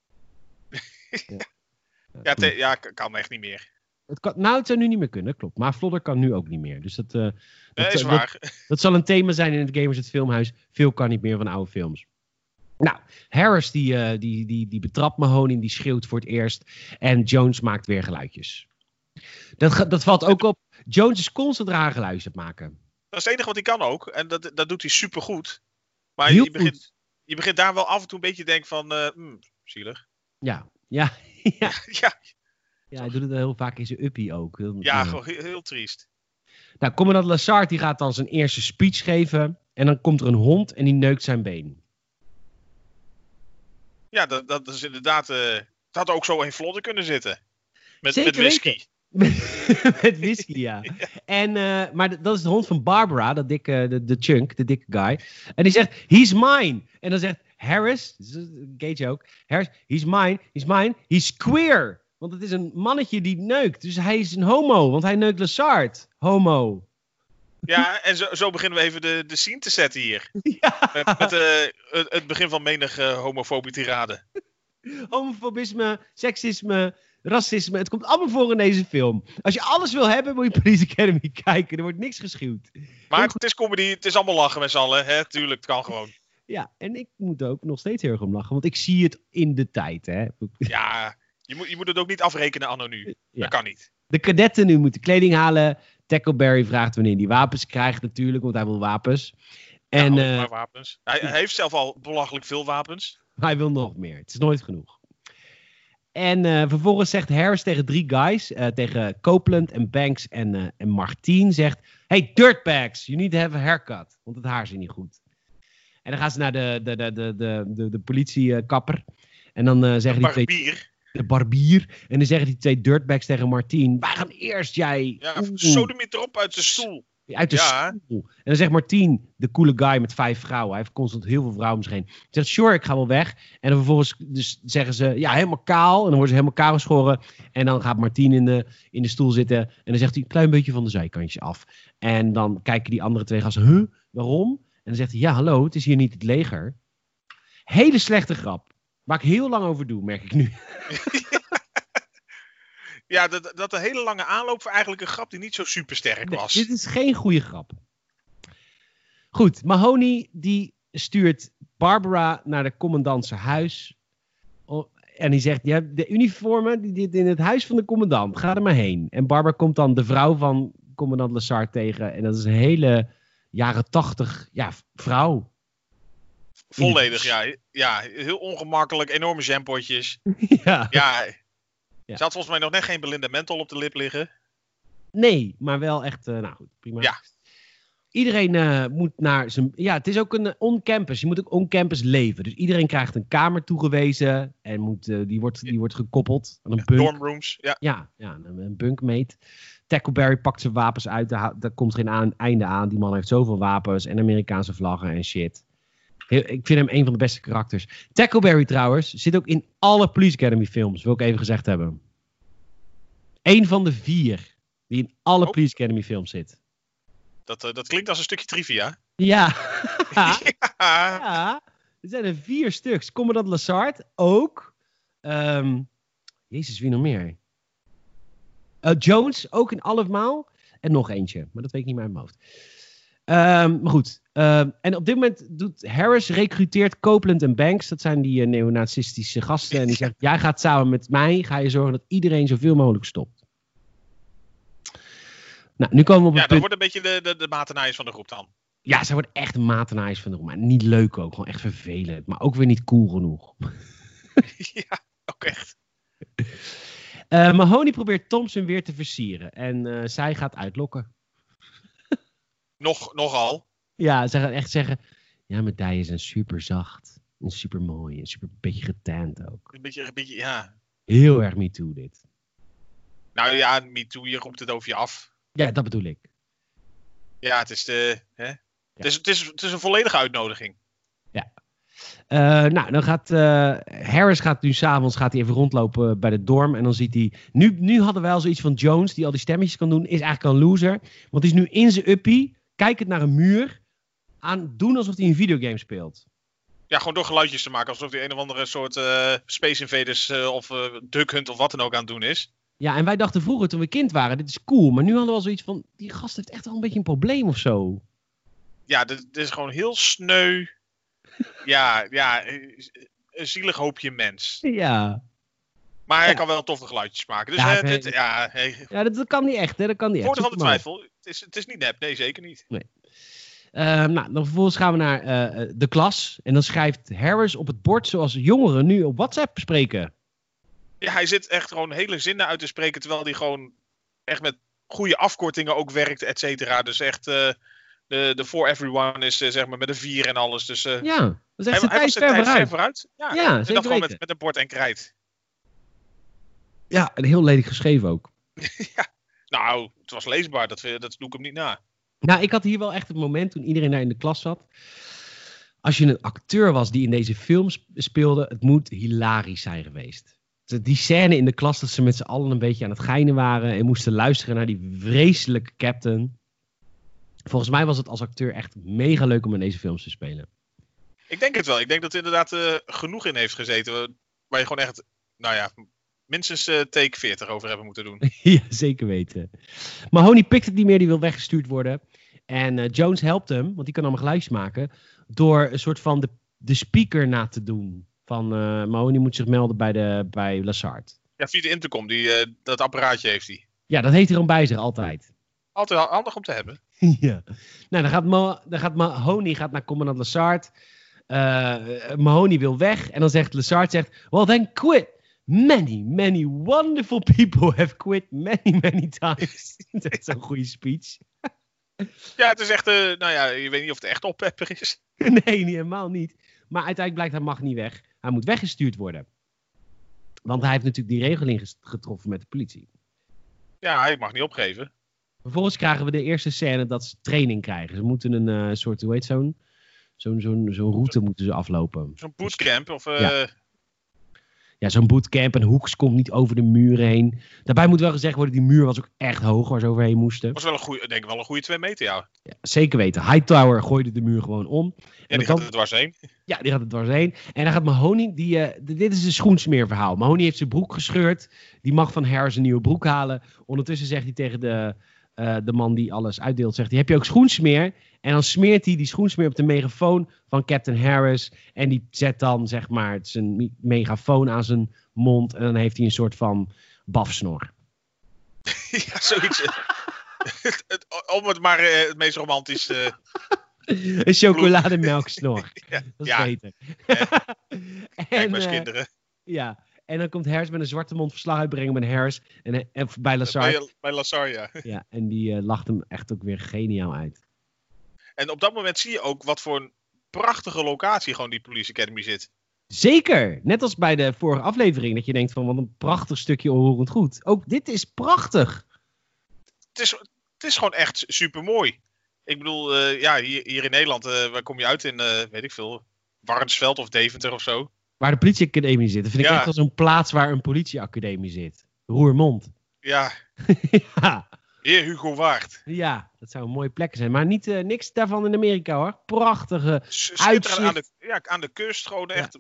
Speaker 2: Kan echt niet meer.
Speaker 1: Het zou nu niet meer kunnen, klopt. Maar Vlodder kan nu ook niet meer. Dus dat
Speaker 2: is waar.
Speaker 1: Dat zal een thema zijn in het Gamers het Filmhuis. Veel kan niet meer van oude films. Nou, Harris die betrapt Mahoney, die schreeuwt voor het eerst. En Jones maakt weer geluidjes. Dat valt ook op. Jones is constant raar geluidjes aan het maken.
Speaker 2: Dat is het enige wat hij kan ook. En dat doet hij supergoed. Maar
Speaker 1: Heel
Speaker 2: je begint daar wel af en toe een beetje te denken van... zielig.
Speaker 1: Ja.
Speaker 2: Ja,
Speaker 1: hij doet het heel vaak in zijn uppie ook.
Speaker 2: Gewoon heel triest.
Speaker 1: Nou, Commandant Lessard die gaat dan zijn eerste speech geven. En dan komt er een hond en die neukt zijn been.
Speaker 2: Ja, dat is inderdaad... het had ook zo in Vlodder kunnen zitten. Met whisky.
Speaker 1: Met whisky, ja. Maar dat is de hond van Barbara, dat dikke, de chunk, de dikke guy. En die zegt, he's mine. En dan zegt Harris, dat is een gay joke. Harris, he's mine, he's queer. Want het is een mannetje die neukt. Dus hij is een homo, want hij neukt Lessard. Homo.
Speaker 2: Ja, en zo beginnen we even de scene te zetten hier. Ja. Met het begin van menig homofobie tirade.
Speaker 1: Homofobisme, seksisme, racisme. Het komt allemaal voor in deze film. Als je alles wil hebben, moet je Police Academy kijken. Er wordt niks geschuwd.
Speaker 2: Maar het is comedy, het is allemaal lachen met z'n allen. Hè? Tuurlijk, het kan gewoon.
Speaker 1: Ja, en ik moet ook nog steeds heel erg om lachen. Want ik zie het in de tijd. Hè.
Speaker 2: Ja, je moet het ook niet afrekenen anno nu. Ja. Dat kan niet.
Speaker 1: De kadetten nu moeten kleding halen. Tackleberry vraagt wanneer hij wapens krijgt natuurlijk. Want hij wil wapens. En,
Speaker 2: maar wapens. Hij heeft zelf al belachelijk veel wapens.
Speaker 1: Hij wil nog meer. Het is nooit genoeg. En vervolgens zegt Harris tegen 3 guys, tegen Copeland en Banks en Martien, zegt... Hey, dirtbags, you need to have a haircut. Want het haar zit niet goed. En dan gaan ze naar de politiekapper. En dan zeggen die 2... De barbier. En dan zeggen die 2 dirtbags tegen Martien... Wij gaan eerst, jij...
Speaker 2: Ja, sodemiet erop uit de stoel.
Speaker 1: Uit de stoel. En dan zegt Martien, de coole guy met 5 vrouwen. Hij heeft constant heel veel vrouwen om zich heen. Hij zegt, sure, ik ga wel weg. En dan vervolgens zeggen ze, ja, helemaal kaal. En dan worden ze helemaal kaal geschoren. En dan gaat Martien in de stoel zitten. En dan zegt hij, een klein beetje van de zijkantjes af. En dan kijken die andere 2 gasten, waarom? En dan zegt hij, ja, hallo, het is hier niet het leger. Hele slechte grap. Waar ik heel lang over doe, merk ik nu.
Speaker 2: Ja, dat de hele lange aanloop voor eigenlijk een grap die niet zo super sterk was.
Speaker 1: Dit is geen goede grap. Goed, Mahoney die stuurt Barbara naar de commandant zijn huis. En die zegt, je hebt de uniformen die in het huis van de commandant. Ga er maar heen. En Barbara komt dan de vrouw van commandant Lassard tegen. En dat is een hele jaren 80 vrouw.
Speaker 2: Volledig, ja. Ja, heel ongemakkelijk. Enorme jampotjes.
Speaker 1: Ja.
Speaker 2: Ze had volgens mij nog net geen Belinda Menthol op de lip liggen.
Speaker 1: Nee, maar wel echt, nou goed, prima.
Speaker 2: Ja.
Speaker 1: Iedereen moet naar zijn... Ja, het is ook een on-campus. Je moet ook on-campus leven. Dus iedereen krijgt een kamer toegewezen. En die wordt gekoppeld aan een bunk.
Speaker 2: Dormrooms, ja.
Speaker 1: Ja, een bunkmate. Tackleberry pakt zijn wapens uit. Daar komt geen einde aan. Die man heeft zoveel wapens en Amerikaanse vlaggen en shit. Ik vind hem een van de beste karakters. Tackleberry trouwens zit ook in alle Police Academy films. Wil ik even gezegd hebben. Eén van de 4 die in alle Police Academy films zit.
Speaker 2: Dat klinkt als een stukje trivia.
Speaker 1: Ja.
Speaker 2: Ja.
Speaker 1: Ja. Er zijn er 4 stuks. Commandant Lassard ook. Jezus, wie nog meer? Jones ook in allemaal. En nog eentje. Maar dat weet ik niet meer uit mijn hoofd. Maar goed. En op dit moment doet Harris recruteert Copeland en Banks. Dat zijn die neonazistische gasten. En die zegt, jij gaat samen met mij. Ga je zorgen dat iedereen zoveel mogelijk stopt. Nou, nu komen we op het
Speaker 2: dat wordt een beetje de matenaaiers van de groep dan.
Speaker 1: Ja, zij wordt echt een matenaaiers van de groep. Maar niet leuk ook. Gewoon echt vervelend. Maar ook weer niet cool genoeg.
Speaker 2: Ja, ook echt.
Speaker 1: Mahoney probeert Thompson weer te versieren. En zij gaat uitlokken.
Speaker 2: Nogal.
Speaker 1: Ja, ze gaat echt zeggen... Ja, mijn dijen zijn super zacht. En super mooi. En super beetje getand ook.
Speaker 2: Een beetje, ja.
Speaker 1: Heel erg me too dit.
Speaker 2: Nou ja, me too, je roept het over je af.
Speaker 1: Ja, dat bedoel ik.
Speaker 2: Ja, het is het is een volledige uitnodiging.
Speaker 1: Ja. Nou, dan gaat Harris nu s'avonds even rondlopen bij de dorm. En dan ziet hij... Nu hadden wij al zoiets van Jones, die al die stemmetjes kan doen, is eigenlijk een loser. Want hij is nu in zijn uppie, kijkend naar een muur, aan doen alsof hij een videogame speelt.
Speaker 2: Ja, gewoon door geluidjes te maken, alsof hij een of andere soort Space Invaders of Duck Hunt of wat dan ook aan het doen is.
Speaker 1: Ja, en wij dachten vroeger toen we kind waren, dit is cool. Maar nu hadden we al zoiets van, die gast heeft echt wel een beetje een probleem of zo.
Speaker 2: Ja, dit is gewoon heel sneu. Ja, een zielig hoopje mens.
Speaker 1: Ja.
Speaker 2: Maar hij kan wel toffe geluidjes maken. Dus
Speaker 1: dat kan niet echt, hè. Dat kan niet echt.
Speaker 2: Voordeel van de twijfel. Het is niet nep. Nee, zeker niet.
Speaker 1: Nee. Nou, dan vervolgens gaan we naar de klas. En dan schrijft Harris op het bord zoals jongeren nu op WhatsApp spreken.
Speaker 2: Ja, hij zit echt gewoon hele zinnen uit te spreken, terwijl hij gewoon echt met goede afkortingen ook werkt, et cetera. Dus echt de for everyone is zeg maar met een 4 en alles. Dus
Speaker 1: ja, dat is echt
Speaker 2: hij was zijn tijd ver vooruit. Ja,
Speaker 1: ja,
Speaker 2: en dat gewoon met een bord en krijt.
Speaker 1: Ja, en heel lelijk geschreven ook.
Speaker 2: Ja, nou, het was leesbaar. Dat doe ik hem niet na.
Speaker 1: Nou, ik had hier wel echt het moment toen iedereen daar in de klas zat. Als je een acteur was die in deze film speelde, het moet hilarisch zijn geweest. Die scène in de klas dat ze met z'n allen een beetje aan het geinen waren en moesten luisteren naar die vreselijke captain. Volgens mij was het als acteur echt mega leuk om in deze films te spelen.
Speaker 2: Ik denk het wel. Ik denk dat er inderdaad genoeg in heeft gezeten waar je gewoon echt, nou ja, minstens take 40 over hebben moeten doen.
Speaker 1: Ja, zeker weten. Mahoney pikt het niet meer, die wil weggestuurd worden. En Jones helpt hem, want die kan allemaal geluidjes maken, door een soort van de speaker na te doen. Van Mahoney moet zich melden bij Lassard.
Speaker 2: Ja, via de intercom. Dat apparaatje heeft hij.
Speaker 1: Ja, dat heeft hij dan bij zich, altijd.
Speaker 2: Altijd handig om te hebben.
Speaker 1: Ja. Nou, dan gaat Mahoney naar commandant Lassard. Mahoney wil weg. En dan zegt Lassard, well then quit. Many wonderful people have quit many times. Dat is een goede speech.
Speaker 2: Ja, het is echt, nou ja, je weet niet of het echt oppepper is.
Speaker 1: Nee, helemaal niet. Maar uiteindelijk blijkt hij mag niet weg. Hij moet weggestuurd worden. Want hij heeft natuurlijk die regeling getroffen met de politie.
Speaker 2: Ja, hij mag niet opgeven.
Speaker 1: Vervolgens krijgen we de eerste scène dat ze training krijgen. Ze moeten een soort, hoe heet zo'n route moeten ze aflopen.
Speaker 2: Zo'n bootcamp of...
Speaker 1: zo'n bootcamp en Hoeks komt niet over de muur heen. Daarbij moet wel gezegd worden, die muur was ook echt hoog waar ze overheen moesten.
Speaker 2: Was wel een goede 2 meter, ja.
Speaker 1: Ja, zeker weten. Hightower gooide de muur gewoon om.
Speaker 2: Ja, die gaat er dwars heen.
Speaker 1: Ja, die gaat er dwars heen. En dan gaat Mahoney, dit is een schoensmeerverhaal. Mahoney heeft zijn broek gescheurd. Die mag van Harris een nieuwe broek halen. Ondertussen zegt hij tegen de man die alles uitdeelt, zegt hij, heb je ook schoensmeer? En dan smeert hij die schoensmeer op de megafoon van Captain Harris. En die zet dan, zeg maar, zijn megafoon aan zijn mond. En dan heeft hij een soort van bafsnor.
Speaker 2: Ja, zoiets. Om het maar het meest romantisch...
Speaker 1: Een chocolademelksnor.
Speaker 2: Ja,
Speaker 1: dat is beter.
Speaker 2: Kijk maar eens kinderen.
Speaker 1: Ja, en dan komt Harris met een zwarte mond verslag uitbrengen met Harris. En bij Lazar.
Speaker 2: Bij Lazar, ja.
Speaker 1: Ja, en die lacht hem echt ook weer geniaal uit.
Speaker 2: En op dat moment zie je ook wat voor een prachtige locatie gewoon die Police Academy zit.
Speaker 1: Zeker! Net als bij de vorige aflevering. Dat je denkt van wat een prachtig stukje onroerend goed. Ook dit is prachtig.
Speaker 2: Het is gewoon echt super mooi. Ik bedoel, hier in Nederland, waar kom je uit in, weet ik veel, Warnsveld of Deventer of zo?
Speaker 1: Waar de politieacademie zit. Dat vind ik echt als een plaats waar een politieacademie zit. Roermond.
Speaker 2: Ja.
Speaker 1: Ja.
Speaker 2: Heer Hugo Waard.
Speaker 1: Ja, dat zou een mooie plek zijn. Maar niks daarvan in Amerika hoor. Prachtige uitzicht.
Speaker 2: Aan de kust gewoon echt,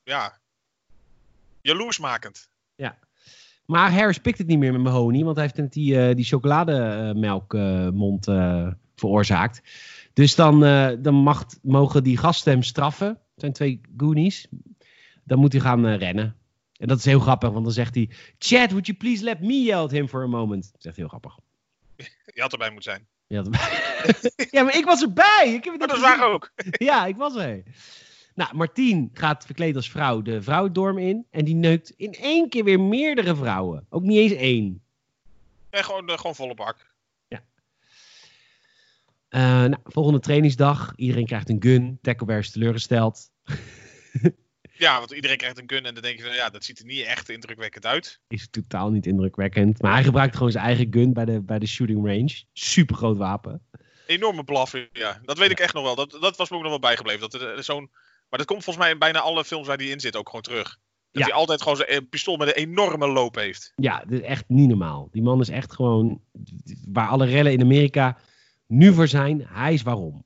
Speaker 2: jaloersmakend.
Speaker 1: Ja. Maar Harris pikt het niet meer met Mahoney, want hij heeft net die chocolademelkmond veroorzaakt. Dus dan mogen die gasten hem straffen. Het zijn 2 Goonies. Dan moet hij gaan rennen. En dat is heel grappig, want dan zegt hij... Chad, would you please let me yell at him for a moment? Dat is echt heel grappig.
Speaker 2: Je had erbij moeten zijn.
Speaker 1: Ja, maar ik was erbij. Ik heb het
Speaker 2: dat is waar ook.
Speaker 1: Ja, ik was er. Nou, Martien gaat verkleed als vrouw de vrouwendorm in. En die neukt in 1 keer weer meerdere vrouwen. Ook niet eens 1.
Speaker 2: Nee, gewoon volle bak.
Speaker 1: Ja. Volgende trainingsdag. Iedereen krijgt een gun. Tackleberry is teleurgesteld.
Speaker 2: Ja, want iedereen krijgt een gun en dan denk je van, ja, dat ziet er niet echt indrukwekkend uit.
Speaker 1: Is totaal niet indrukwekkend. Maar hij gebruikt gewoon zijn eigen gun bij de shooting range. Super groot wapen.
Speaker 2: Enorme blaffen, ja. Dat weet ik echt nog wel. Dat was me ook nog wel bijgebleven. Maar dat komt volgens mij in bijna alle films waar die in zit ook gewoon terug. Dat hij altijd gewoon zijn pistool met een enorme loop heeft.
Speaker 1: Ja, dit is echt niet normaal. Die man is echt gewoon, waar alle rellen in Amerika nu voor zijn, hij is waarom.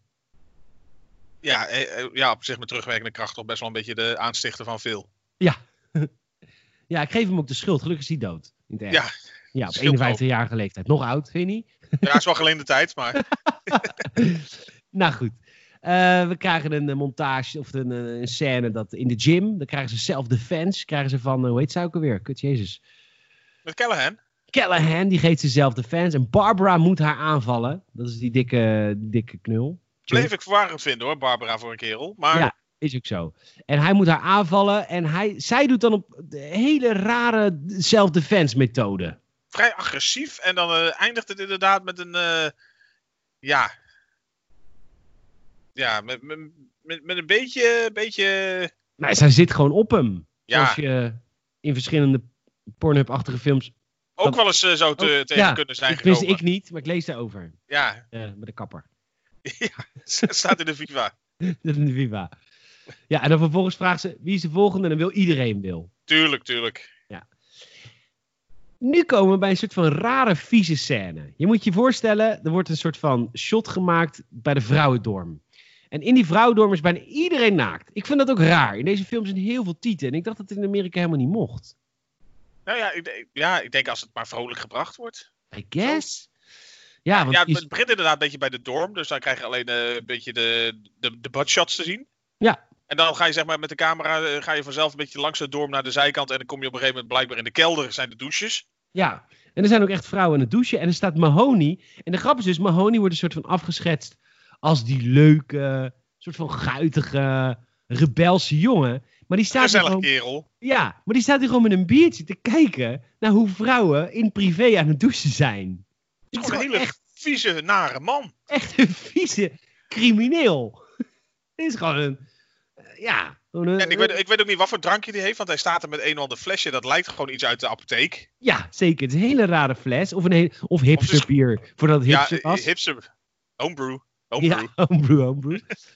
Speaker 2: Ja, op zich met terugwerkende kracht toch best wel een beetje de aanstichter van veel.
Speaker 1: Ja. Ja, ik geef hem ook de schuld. Gelukkig is hij dood. Ja, op 51-jarige leeftijd. Nog oud, vind je niet?
Speaker 2: Ja, het is wel geleende tijd, maar...
Speaker 1: Nou goed. We krijgen een montage of een scène dat in de gym. Dan krijgen ze self-defense. Krijgen ze van, hoe heet ze ook alweer? Kut, jezus.
Speaker 2: Met Callahan?
Speaker 1: Callahan, die geeft ze self-defense. En Barbara moet haar aanvallen. Dat is die dikke knul.
Speaker 2: Bleef ik verwarrend vinden hoor, Barbara voor een kerel. Maar...
Speaker 1: Ja, is ook zo. En hij moet haar aanvallen. En zij doet dan op de hele rare self-defense methode.
Speaker 2: Vrij agressief. En dan eindigt het inderdaad met een... met een beetje...
Speaker 1: Nou, zij zit gewoon op hem.
Speaker 2: Ja.
Speaker 1: Zoals je in verschillende Pornhub-achtige films...
Speaker 2: Ook wel eens zo tegen kunnen zijn gekomen.
Speaker 1: Wist ik niet, maar ik lees daarover.
Speaker 2: Ja.
Speaker 1: Met de kapper.
Speaker 2: Ja, staat in de Viva.
Speaker 1: Dat is in de Viva. Ja, en dan vervolgens vraagt ze, wie is de volgende? En dan wil iedereen wil.
Speaker 2: Tuurlijk.
Speaker 1: Ja. Nu komen we bij een soort van rare, vieze scène. Je moet je voorstellen, er wordt een soort van shot gemaakt bij de vrouwendorm. En in die vrouwendorm is bijna iedereen naakt. Ik vind dat ook raar. In deze film zijn heel veel tieten. En ik dacht dat het in Amerika helemaal niet mocht.
Speaker 2: Nou ik denk als het maar vrolijk gebracht wordt.
Speaker 1: I guess. Ja, want
Speaker 2: het begint inderdaad een beetje bij de dorm. Dus dan krijg je alleen een beetje de buttshots te zien.
Speaker 1: Ja.
Speaker 2: En dan ga je zeg maar met de camera ga je vanzelf een beetje langs de dorm naar de zijkant. En dan kom je op een gegeven moment blijkbaar in de kelder zijn de douches.
Speaker 1: Ja, en er zijn ook echt vrouwen aan het douchen. En er staat Mahoney. En de grap is dus, Mahoney wordt een soort van afgeschetst als die leuke, soort van guitige, rebelse jongen. Maar die staat
Speaker 2: gezellig kerel.
Speaker 1: Ja, maar die staat hier gewoon met een biertje te kijken naar hoe vrouwen in privé aan het douchen zijn.
Speaker 2: Het is gewoon een hele vieze, nare man.
Speaker 1: Echt een vieze crimineel. Dit is gewoon een... En
Speaker 2: ik weet ook niet wat voor drankje die heeft, want hij staat er met een of ander flesje. Dat lijkt gewoon iets uit de apotheek.
Speaker 1: Ja, zeker. Het is een hele rare fles. Of hipster bier, voordat het hipster was.
Speaker 2: Hipster. Homebrew.
Speaker 1: Ja, homebrew.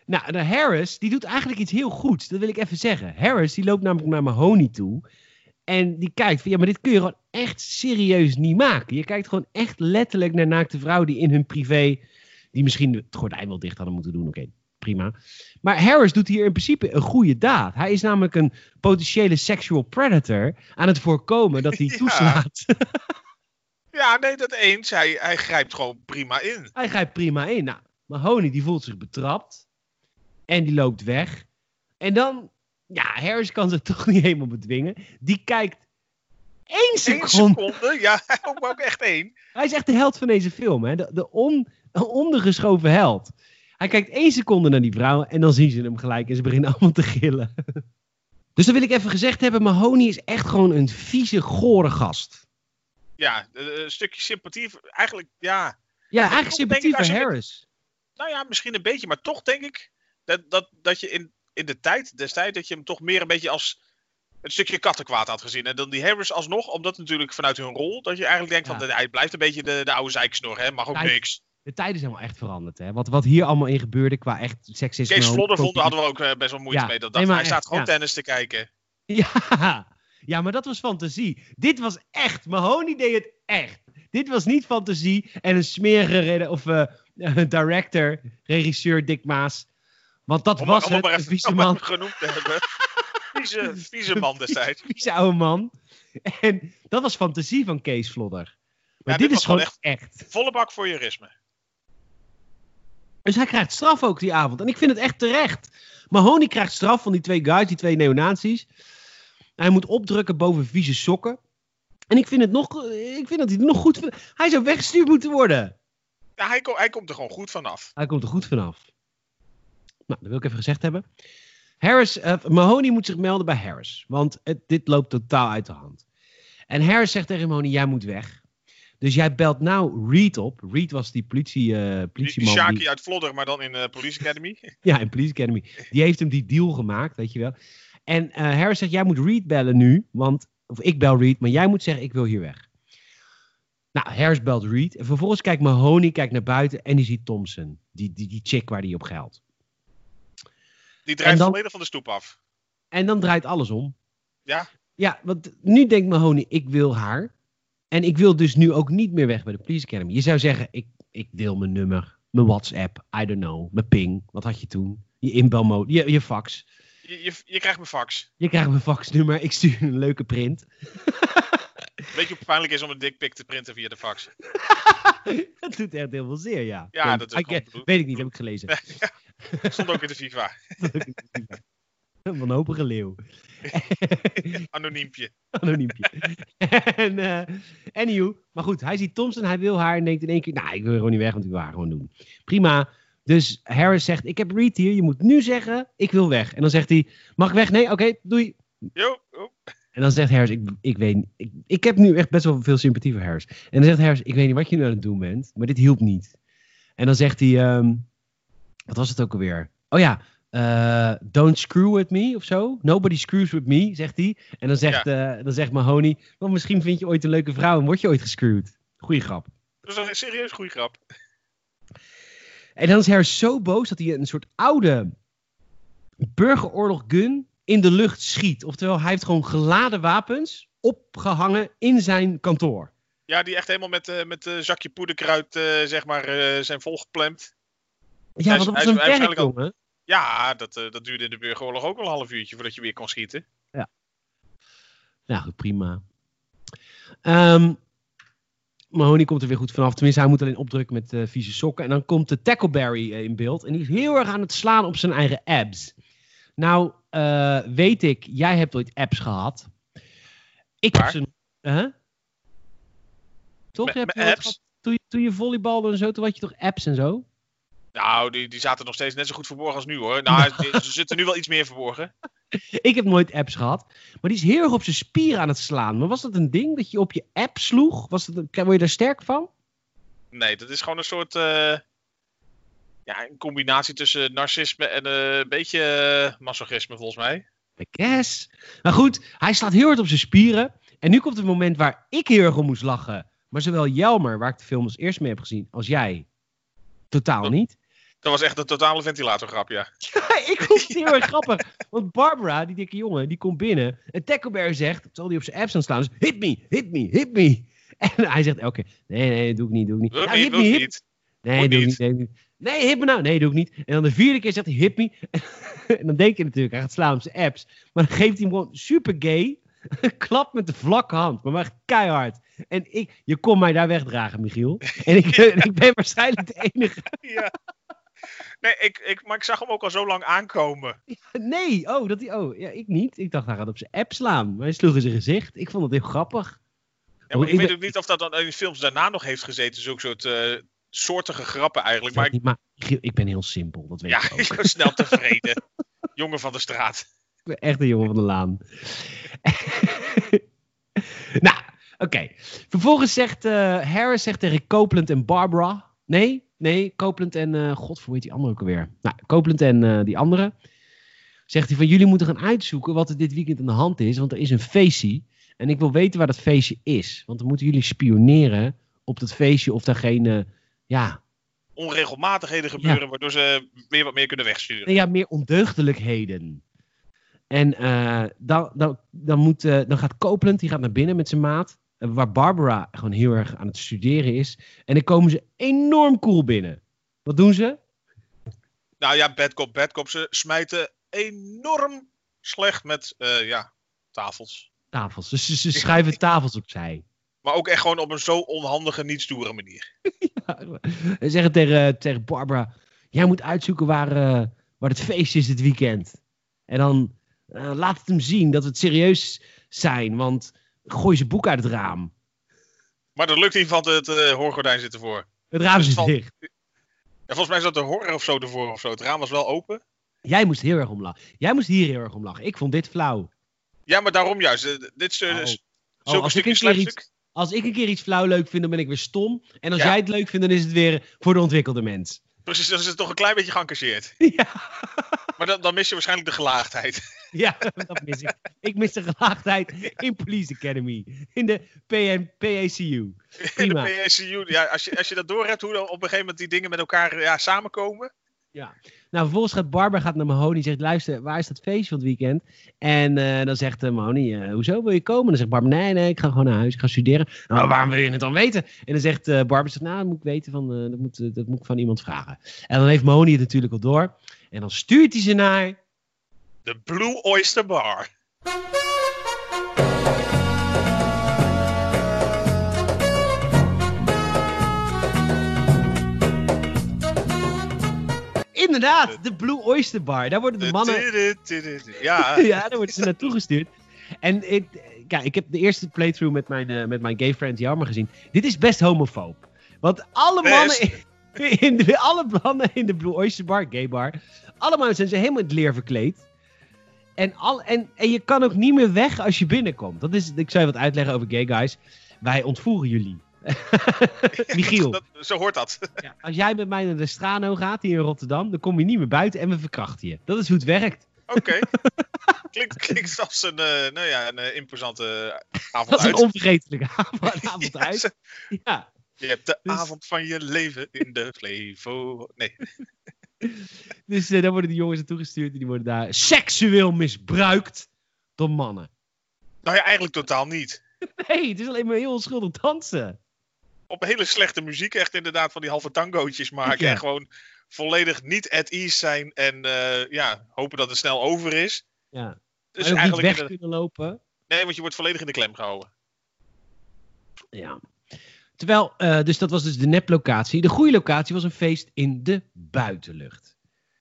Speaker 1: Nou, de Harris, die doet eigenlijk iets heel goeds. Dat wil ik even zeggen. Harris, die loopt namelijk naar Mahoney toe. En die kijkt van, ja, maar dit kun je gewoon echt serieus niet maken. Je kijkt gewoon echt letterlijk naar naakte vrouwen die in hun privé, die misschien het gordijn wel dicht hadden moeten doen. Oké, prima. Maar Harris doet hier in principe een goede daad. Hij is namelijk een potentiële sexual predator aan het voorkomen dat hij toeslaat.
Speaker 2: Ja, nee, dat eens. Hij grijpt gewoon prima in.
Speaker 1: Hij grijpt prima in. Nou, Mahoney die voelt zich betrapt. En die loopt weg. En dan, ja, Harris kan zich toch niet helemaal bedwingen. Die kijkt 1 seconde.
Speaker 2: 1 seconde? Ja, ook echt 1.
Speaker 1: Hij is echt de held van deze film, hè. De ondergeschoven held. Hij kijkt 1 seconde naar die vrouw en dan zien ze hem gelijk en ze beginnen allemaal te gillen. Dus dan wil ik even gezegd hebben, Mahoney is echt gewoon een vieze, gore gast.
Speaker 2: Ja, een stukje sympathie, eigenlijk, ja.
Speaker 1: Ja, eigenlijk sympathie voor Harris.
Speaker 2: Nou ja, misschien een beetje, maar toch denk ik dat je in de tijd, destijds, dat je hem toch meer een beetje als een stukje kattenkwaad had gezien. En dan die Harris alsnog, omdat natuurlijk vanuit hun rol, dat je eigenlijk denkt van, hij blijft een beetje de oude zeiksnor, hè, mag ook niks.
Speaker 1: De tijden zijn wel echt veranderd, hè. Wat hier allemaal in gebeurde qua echt seksisme.
Speaker 2: Kees Vlodder hadden we ook best wel moeite mee. Hij staat gewoon tennis te kijken.
Speaker 1: Ja, maar dat was fantasie. Dit was echt. Mahoney deed het echt. Dit was niet fantasie en een smerige director, regisseur Dick Maas. Want dat was het, een vieze man.
Speaker 2: Genoemd te hebben. Vieze man destijds.
Speaker 1: Vieze oude man. En dat was fantasie van Kees Vlodder. Maar dit is gewoon echt.
Speaker 2: Volle bak voor jurisme.
Speaker 1: Dus hij krijgt straf ook die avond. En ik vind het echt terecht. Mahoney krijgt straf van die 2 guys, die 2 neonazies. Hij moet opdrukken boven vieze sokken. En ik vind dat hij er nog goed... Hij zou weggestuurd moeten worden.
Speaker 2: Ja, hij komt er gewoon goed vanaf.
Speaker 1: Hij komt er goed vanaf. Nou, dat wil ik even gezegd hebben. Mahoney moet zich melden bij Harris. Want dit loopt totaal uit de hand. En Harris zegt tegen Mahoney, jij moet weg. Dus jij belt nou Reed op. Reed was die politieman.
Speaker 2: Die Shaki uit Vlodder, maar dan in Police Academy.
Speaker 1: Ja, in Police Academy. Die heeft hem die deal gemaakt, weet je wel. En Harris zegt, jij moet Reed bellen nu. Of ik bel Reed, maar jij moet zeggen, ik wil hier weg. Nou, Harris belt Reed. En vervolgens kijkt Mahoney naar buiten en die ziet Thompson. Die chick waar die op geldt.
Speaker 2: Die drijft volledig van de stoep af.
Speaker 1: En dan draait alles om.
Speaker 2: Ja?
Speaker 1: Ja, want nu denkt Mahoney, ik wil haar. En ik wil dus nu ook niet meer weg bij de Police Academy. Je zou zeggen, ik deel mijn nummer, mijn WhatsApp, I don't know, mijn ping. Wat had je toen? Je inbelmode, je fax.
Speaker 2: Je krijgt mijn fax.
Speaker 1: Je krijgt mijn faxnummer, ik stuur een leuke print.
Speaker 2: Weet je hoe pijnlijk is om een dickpic te printen via de fax?
Speaker 1: Dat doet echt heel veel zeer, ja.
Speaker 2: Ja, dat is
Speaker 1: weet ik niet, heb ik gelezen.
Speaker 2: Stond ook in de FIFA.
Speaker 1: Een wanhopige leeuw.
Speaker 2: Anoniempje.
Speaker 1: En anywho, maar goed, hij ziet Thompson, hij wil haar en denkt in één keer, nou, ik wil gewoon niet weg, want ik wil haar gewoon doen. Prima. Dus Harris zegt, ik heb Reed hier, je moet nu zeggen, ik wil weg. En dan zegt hij, mag ik weg? Nee, oké, doei.
Speaker 2: Jo.
Speaker 1: En dan zegt Harris, ik heb nu echt best wel veel sympathie voor Harris. En dan zegt Harris, ik weet niet wat je nu aan het doen bent, maar dit hielp niet. En dan zegt hij, wat was het ook alweer? Oh ja, don't screw with me of zo. Nobody screws with me, zegt hij. En dan zegt Mahoney, want misschien vind je ooit een leuke vrouw en word je ooit gescrewd. Goeie grap.
Speaker 2: Dat is een serieus goede grap.
Speaker 1: En dan is Harris zo boos dat hij een soort oude burgeroorlog gun in de lucht schiet. Oftewel, hij heeft gewoon geladen wapens opgehangen in zijn kantoor.
Speaker 2: Ja, die echt helemaal met zakje poederkruid, zijn volgeplemd.
Speaker 1: Ja, want dat was een werk, jongen.
Speaker 2: Ja, dat duurde in de burgeroorlog ook wel een half uurtje voordat je weer kon schieten.
Speaker 1: Ja. Nou goed, prima. Mahoney komt er weer goed vanaf. Tenminste, hij moet alleen opdrukken met vieze sokken. En dan komt de Tackleberry in beeld. En die is heel erg aan het slaan op zijn eigen abs. Nou, weet ik, jij hebt ooit abs gehad. Ik heb ze... Toch? Je hebt abs? Toen je volleybalde en zo, toen had je toch abs en zo?
Speaker 2: Nou, die zaten nog steeds net zo goed verborgen als nu, hoor. Nou, ze zitten nu wel iets meer verborgen.
Speaker 1: Ik heb nooit abs gehad. Maar die is heel erg op zijn spieren aan het slaan. Maar was dat een ding dat je op je abs sloeg? Word je daar sterk van? Nee,
Speaker 2: dat is gewoon een soort... een combinatie tussen narcisme en een beetje masochisme, volgens mij.
Speaker 1: I guess. Maar goed, hij slaat heel hard op zijn spieren. En nu komt het moment waar ik heel erg om moest lachen. Maar zowel Jelmer, waar ik de film als eerst mee heb gezien, als jij, totaal niet.
Speaker 2: Dat was echt een totale ventilatorgrap, ja.
Speaker 1: Ik vond het heel erg grappig. Want Barbara, die dikke jongen, die komt binnen. En Taco Bear zegt, terwijl hij op zijn apps aan staan, dus, hit me, hit me, hit me. En hij zegt elke keer, nee, doe ik niet.
Speaker 2: Doe
Speaker 1: Hit me,
Speaker 2: niet.
Speaker 1: hit. Nee, doe ik niet. Nee, hit me nou. Nee, doe ik niet. En dan de 4e keer zegt hij, hit me. En dan denk je natuurlijk, hij gaat slaan op zijn apps. Maar dan geeft hij hem gewoon super gay. Een klap met de vlakke hand. Maar echt keihard. En je kon mij daar wegdragen, Michiel. En ik ben waarschijnlijk de enige.
Speaker 2: Ja. Nee, maar ik zag hem ook al zo lang aankomen.
Speaker 1: Nee, ja, ik niet. Ik dacht, hij gaat op zijn app slaan. Maar hij sloeg in zijn gezicht. Ik vond het heel grappig.
Speaker 2: Ja, maar ik weet ook niet of dat dan in films daarna nog heeft gezeten. Zulke soort soortige grappen eigenlijk. Maar
Speaker 1: ik ben heel simpel, dat weet
Speaker 2: ja,
Speaker 1: ik ook.
Speaker 2: ik ben snel tevreden. Jongen van de straat.
Speaker 1: Ik ben echt een jongen van de laan. Nou, oké. Vervolgens zegt Harris tegen Copeland en Barbara. Nee, Copeland en... God, hoe heet die andere ook alweer? Nou, Copeland en die andere. Zegt hij van, jullie moeten gaan uitzoeken wat er dit weekend aan de hand is. Want er is een feestje. En ik wil weten waar dat feestje is. Want dan moeten jullie spioneren op dat feestje of daar geen...
Speaker 2: onregelmatigheden gebeuren, waardoor ze weer wat meer kunnen wegsturen.
Speaker 1: Nee, ja, meer ondeugdelijkheden. En dan gaat Copeland, die gaat naar binnen met zijn maat, waar Barbara gewoon heel erg aan het studeren is. En dan komen ze enorm cool binnen. Wat doen ze?
Speaker 2: Nou ja, bad cop, ze smijten enorm slecht met, tafels.
Speaker 1: Tafels. Dus ze schuiven tafels opzij.
Speaker 2: Maar ook echt gewoon op een zo onhandige, niet stoere manier.
Speaker 1: Ja, en zeggen tegen Barbara, jij moet uitzoeken waar het feest is dit weekend. En dan laat het hem zien dat we het serieus zijn, want gooi zijn boek uit het raam.
Speaker 2: Maar dat lukt niet, want het hoorgordijn zit ervoor.
Speaker 1: Het raam is dicht.
Speaker 2: Ja, volgens mij zat de horror of zo ervoor of zo. Het raam was wel open.
Speaker 1: Jij moest heel erg om lachen. Jij moest hier heel erg om lachen. Ik vond dit flauw.
Speaker 2: Ja, maar daarom juist. Dit zulke stukjes slapstick.
Speaker 1: Als ik een keer iets flauw leuk vind, dan ben ik weer stom. En als jij het leuk vindt, dan is het weer voor de ontwikkelde mens.
Speaker 2: Precies, dan is het toch een klein beetje geëngageerd.
Speaker 1: Ja.
Speaker 2: Maar dan mis je waarschijnlijk de gelaagdheid.
Speaker 1: Ja, dat mis ik. Ik mis de gelaagdheid in Police Academy. In de PACU. Prima.
Speaker 2: In de PACU, ja, als je dat doorhebt, hoe dan op een gegeven moment die dingen met elkaar samenkomen.
Speaker 1: Ja. Nou, vervolgens gaat Barbara naar Mahoney en zegt, luister, waar is dat feestje van het weekend? En dan zegt Mahoney, hoezo wil je komen? Dan zegt Barbara, nee, ik ga gewoon naar huis, ik ga studeren. Nou, waarom wil je het dan weten? En dan zegt Barbara, nou, dat moet ik weten, dat moet ik van iemand vragen. En dan heeft Mahoney het natuurlijk al door. En dan stuurt hij ze naar...
Speaker 2: de Blue Oyster Bar.
Speaker 1: Inderdaad, de Blue Oyster Bar. Daar worden de mannen...
Speaker 2: Ja.
Speaker 1: Ja, daar worden ze naartoe gestuurd. En ik heb de eerste playthrough met mijn gay friend Jarmer gezien. Dit is best homofoob. Want alle mannen alle mannen in de Blue Oyster Bar, gay bar, allemaal zijn ze helemaal in het leer verkleed. En je kan ook niet meer weg als je binnenkomt. Ik zou je wat uitleggen over gay guys. Wij ontvoeren jullie. Michiel.
Speaker 2: Zo hoort dat.
Speaker 1: Ja, als jij met mij naar de Strano gaat hier in Rotterdam, dan kom je niet meer buiten en we verkrachten je. Dat is hoe het werkt.
Speaker 2: Oké. Klinkt als een imposante avond
Speaker 1: Dat is
Speaker 2: uit.
Speaker 1: een onvergetelijke avond uit. Ja.
Speaker 2: Je hebt de avond van je leven in de Flevo. Nee.
Speaker 1: Dus daar worden die jongens naartoe gestuurd en die worden daar seksueel misbruikt door mannen.
Speaker 2: Nou ja, eigenlijk totaal niet.
Speaker 1: Nee, het is alleen maar heel onschuldig dansen.
Speaker 2: Op hele slechte muziek, echt inderdaad van die halve tangootjes maken.
Speaker 1: Ja.
Speaker 2: En gewoon volledig niet at ease zijn en hopen dat het snel over is.
Speaker 1: Ja.
Speaker 2: Dus
Speaker 1: Dus ook
Speaker 2: eigenlijk
Speaker 1: niet weg kunnen lopen.
Speaker 2: Nee, want je wordt volledig in de klem gehouden.
Speaker 1: Ja. Terwijl, dus dat was dus de neplocatie. De goede locatie was een feest in de buitenlucht.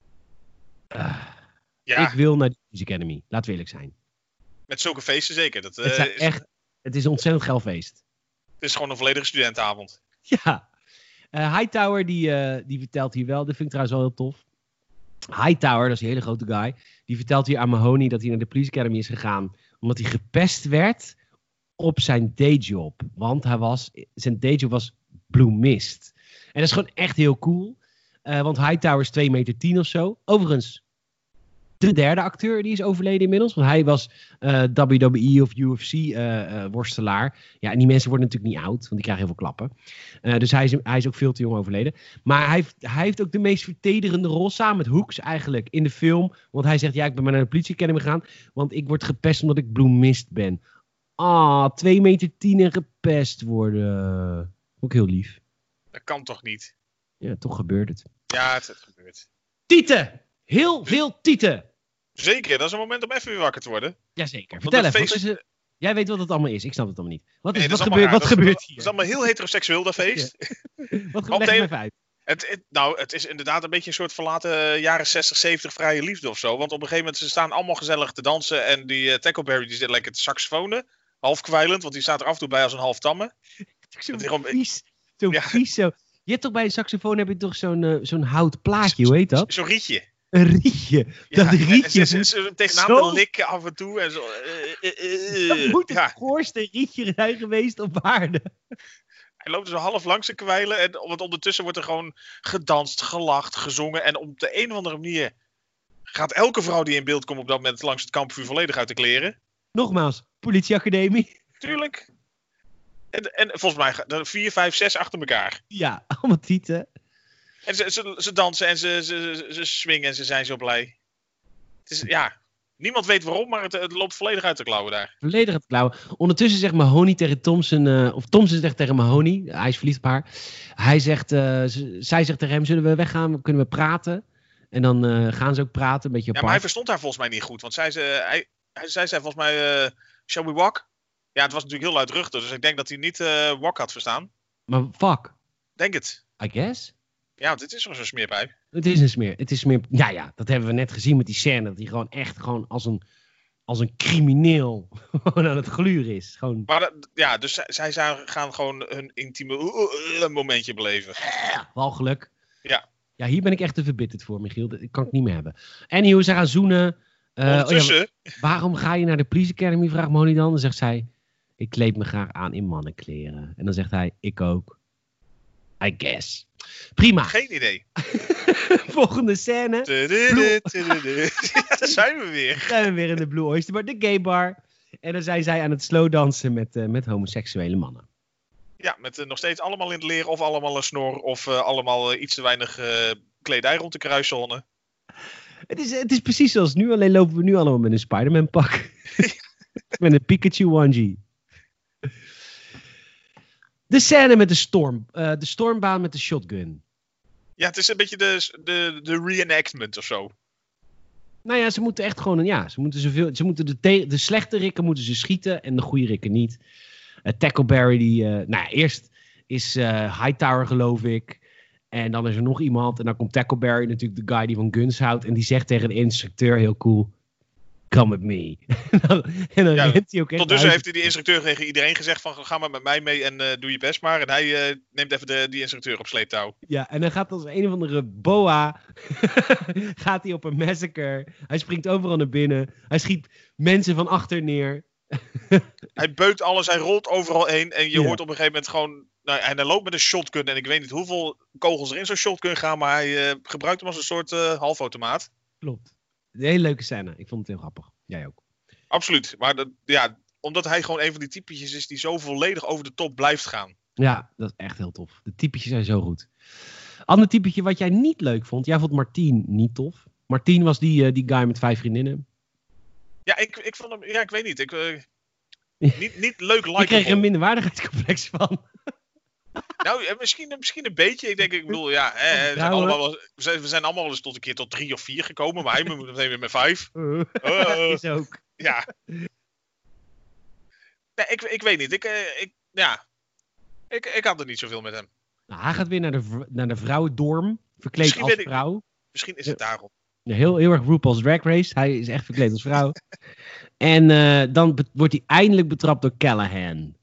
Speaker 1: Ik wil naar de Police Academy. Laten we eerlijk zijn.
Speaker 2: Met zulke feesten zeker.
Speaker 1: Het is een ontzettend geil feest.
Speaker 2: Het is gewoon een volledige studentenavond.
Speaker 1: Ja. Hightower die vertelt hier wel. Dat vind ik trouwens wel heel tof. Hightower, dat is een hele grote guy. Die vertelt hier aan Mahoney dat hij naar de Police Academy is gegaan. Omdat hij gepest werd op zijn dayjob. Want zijn dayjob was Blue Mist. En dat is gewoon echt heel cool. Want Hightower is 2,10 meter of zo. Overigens, de derde acteur die is overleden inmiddels. Want hij was WWE of UFC worstelaar. Ja, en die mensen worden natuurlijk niet oud, want die krijgen heel veel klappen. Dus hij is ook veel te jong overleden. Maar hij heeft ook de meest vertederende rol, samen met Hooks eigenlijk, in de film. Want hij zegt, ja, ik ben maar naar de politieacademy gegaan, want ik word gepest omdat ik Blue Mist ben. 2 meter 10 en gepest worden. Ook heel lief.
Speaker 2: Dat kan toch niet?
Speaker 1: Ja, toch gebeurt het.
Speaker 2: Ja, het gebeurt.
Speaker 1: Tieten! Heel veel tieten!
Speaker 2: Zeker, dat is een moment om even weer wakker te worden.
Speaker 1: Jazeker. Vertel even, jij weet wat het allemaal is. Ik snap het allemaal niet. Wat gebeurt hier?
Speaker 2: Het is allemaal heel heteroseksueel, dat feest.
Speaker 1: Wat gebeurt er even uit?
Speaker 2: Het is inderdaad een beetje een soort verlaten jaren 60, 70 vrije liefde of zo. Want op een gegeven moment, ze staan allemaal gezellig te dansen. En die Tackleberry die zit lekker te saxofonen. Half kwijlend, want die staat er af en toe bij als een half tamme.
Speaker 1: Zo vies zo. Je hebt toch bij een saxofoon heb je toch zo'n hout plaatje, hoe heet dat?
Speaker 2: Zo'n rietje.
Speaker 1: Een rietje.
Speaker 2: Ja,
Speaker 1: dat rietje.
Speaker 2: Ze tegenaan te likken af en toe. En zo,
Speaker 1: dat moet het goorste rietje zijn geweest op aarde.
Speaker 2: Hij loopt zo half langs te kwijlen. Want ondertussen wordt er gewoon gedanst, gelacht, gezongen. En op de een of andere manier gaat elke vrouw die in beeld komt op dat moment langs het kampvuur volledig uit de kleren.
Speaker 1: Nogmaals, politieacademie.
Speaker 2: Tuurlijk. En volgens mij 4, 5, 6 achter elkaar.
Speaker 1: Ja, allemaal tieten.
Speaker 2: En ze dansen en ze swingen en ze zijn zo blij. Het is, niemand weet waarom, maar het loopt volledig uit de klauwen daar.
Speaker 1: Volledig uit de klauwen. Ondertussen zegt Mahoney tegen Thompson, of Thompson zegt tegen Mahoney, hij is verliefd op haar. Zij zegt tegen hem, zullen we weggaan, kunnen we praten? En dan gaan ze ook praten, een beetje apart.
Speaker 2: Ja, maar hij verstond haar volgens mij niet goed. Want zij zei volgens mij, shall we walk? Ja, het was natuurlijk heel luidruchtig, dus ik denk dat hij niet walk had verstaan.
Speaker 1: Maar fuck.
Speaker 2: Denk het.
Speaker 1: I guess.
Speaker 2: Ja, want het is gewoon zo'n smeerpijp.
Speaker 1: Het is een smeer. Ja, dat hebben we net gezien met die scène. Dat hij gewoon echt als een crimineel aan het gluren is. Gewoon...
Speaker 2: Maar dus zij gaan gewoon hun intieme momentje beleven.
Speaker 1: Walgelijk.
Speaker 2: Ja.
Speaker 1: Ja, hier ben ik echt te verbitterd voor, Michiel. Dat kan ik niet meer hebben. Anywho, ze gaan zoenen.
Speaker 2: Ondertussen...
Speaker 1: waarom ga je naar de Police Academy, vraagt Moni dan. Dan zegt zij, ik kleed me graag aan in mannenkleren. En dan zegt hij, ik ook. I guess. Prima.
Speaker 2: Geen idee.
Speaker 1: Volgende scène.
Speaker 2: Ja, daar zijn we weer.
Speaker 1: Zijn we weer in de Blue Oyster Bar, de gay bar. En dan zijn zij aan het slowdansen met homoseksuele mannen.
Speaker 2: Ja, met nog steeds allemaal in het leer of allemaal een snor of allemaal iets te weinig kledij rond de kruiszone.
Speaker 1: Het is precies zoals nu, alleen lopen we nu allemaal met een Spider-Man pak. Met een Pikachu onesie. De scène met de storm. De stormbaan met de shotgun.
Speaker 2: Ja, het is een beetje de reenactment of zo.
Speaker 1: Nou ja, ze moeten echt gewoon... ze moeten de slechte rikken moeten ze schieten en de goede rikken niet. Tackleberry die... eerst is Hightower geloof ik. En dan is er nog iemand. En dan komt Tackleberry, natuurlijk de guy die van guns houdt. En die zegt tegen de instructeur heel cool... Come with me. en dan rent hij ook echt.
Speaker 2: Tot dus heeft die instructeur tegen iedereen gezegd van ga maar met mij mee en doe je best maar. En hij neemt even die instructeur op sleeptouw.
Speaker 1: Ja, en dan gaat als een of andere boa gaat hij op een massacre. Hij springt overal naar binnen. Hij schiet mensen van achter neer.
Speaker 2: Hij beukt alles, hij rolt overal heen. En je hoort op een gegeven moment gewoon... en hij loopt met een shotgun. En ik weet niet hoeveel kogels er in zo'n shotgun gaan. Maar hij gebruikt hem als een soort halfautomaat.
Speaker 1: Klopt. Een hele leuke scène. Ik vond het heel grappig. Jij ook.
Speaker 2: Absoluut. Maar omdat hij gewoon een van die typetjes is die zo volledig over de top blijft gaan.
Speaker 1: Ja, dat is echt heel tof. De typetjes zijn zo goed. Ander typetje wat jij niet leuk vond. Jij vond Martien niet tof. Martien was die guy met 5 vriendinnen.
Speaker 2: Ja, ik vond hem... Ja, ik weet niet. Niet leuk like.
Speaker 1: Ik kreeg er een minderwaardigheidscomplex van.
Speaker 2: Nou, misschien een beetje. Ik bedoel, we zijn allemaal wel eens tot een keer tot 3 of 4 gekomen. Maar hij moet meteen weer met 5.
Speaker 1: Is ook.
Speaker 2: Ja. Nee, ik weet niet. Ik had er niet zoveel met hem.
Speaker 1: Nou, hij gaat weer naar de vrouwendorm. Verkleed als vrouw.
Speaker 2: Misschien is het daarom.
Speaker 1: Ja, heel erg RuPaul's Drag Race. Hij is echt verkleed als vrouw. En dan wordt hij eindelijk betrapt door Callahan.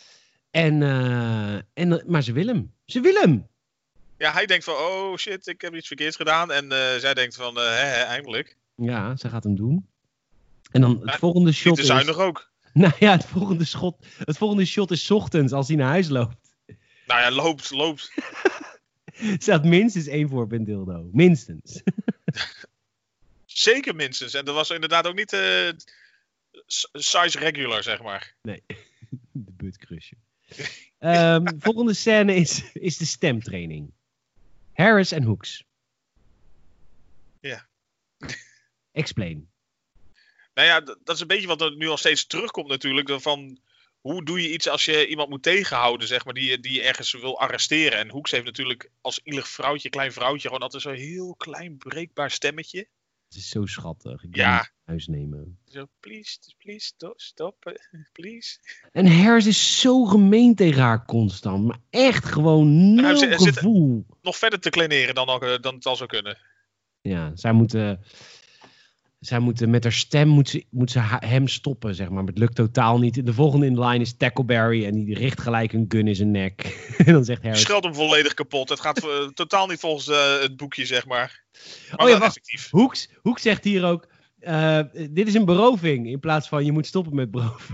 Speaker 1: Maar ze wil hem. Ze wil hem.
Speaker 2: Ja, hij denkt van, oh shit, ik heb iets verkeerds gedaan. En zij denkt van, eindelijk.
Speaker 1: Ja, ze gaat hem doen. En dan het volgende shot
Speaker 2: is... Niet te zuinig ook.
Speaker 1: Nou ja, het volgende shot is 's ochtends als hij naar huis loopt.
Speaker 2: Nou ja, loopt.
Speaker 1: Ze had minstens 1 voorpunt dildo. Minstens.
Speaker 2: Zeker minstens. En dat was inderdaad ook niet size regular, zeg maar.
Speaker 1: Nee, de buttcrusje. Volgende scène is de stemtraining. Harris en Hooks.
Speaker 2: Ja.
Speaker 1: Explain.
Speaker 2: Nou ja, dat is een beetje wat er nu al steeds terugkomt natuurlijk. Van, hoe doe je iets als je iemand moet tegenhouden, zeg maar, die je ergens wil arresteren. En Hooks heeft natuurlijk als ielig vrouwtje, klein vrouwtje, gewoon altijd zo'n heel klein breekbaar stemmetje.
Speaker 1: Het is zo schattig. Ik
Speaker 2: Ja.
Speaker 1: het in huis nemen.
Speaker 2: Zo, please, stop, please.
Speaker 1: En Harris is zo gemeen tegen haar constant. Maar echt gewoon nul gevoel.
Speaker 2: Nog verder te kleneren dan het al zou kunnen.
Speaker 1: Ja, zij moeten met haar stem moet ze hem stoppen, zeg maar. Maar het lukt totaal niet. De volgende in de line is Tackleberry en die richt gelijk een gun in zijn nek. En dan zegt Harris...
Speaker 2: Scheldt hem volledig kapot. Het gaat totaal niet volgens het boekje, zeg maar. Maar
Speaker 1: oh ja,
Speaker 2: wel effectief.
Speaker 1: Hooks zegt hier ook... dit is een beroving in plaats van je moet stoppen met beroven.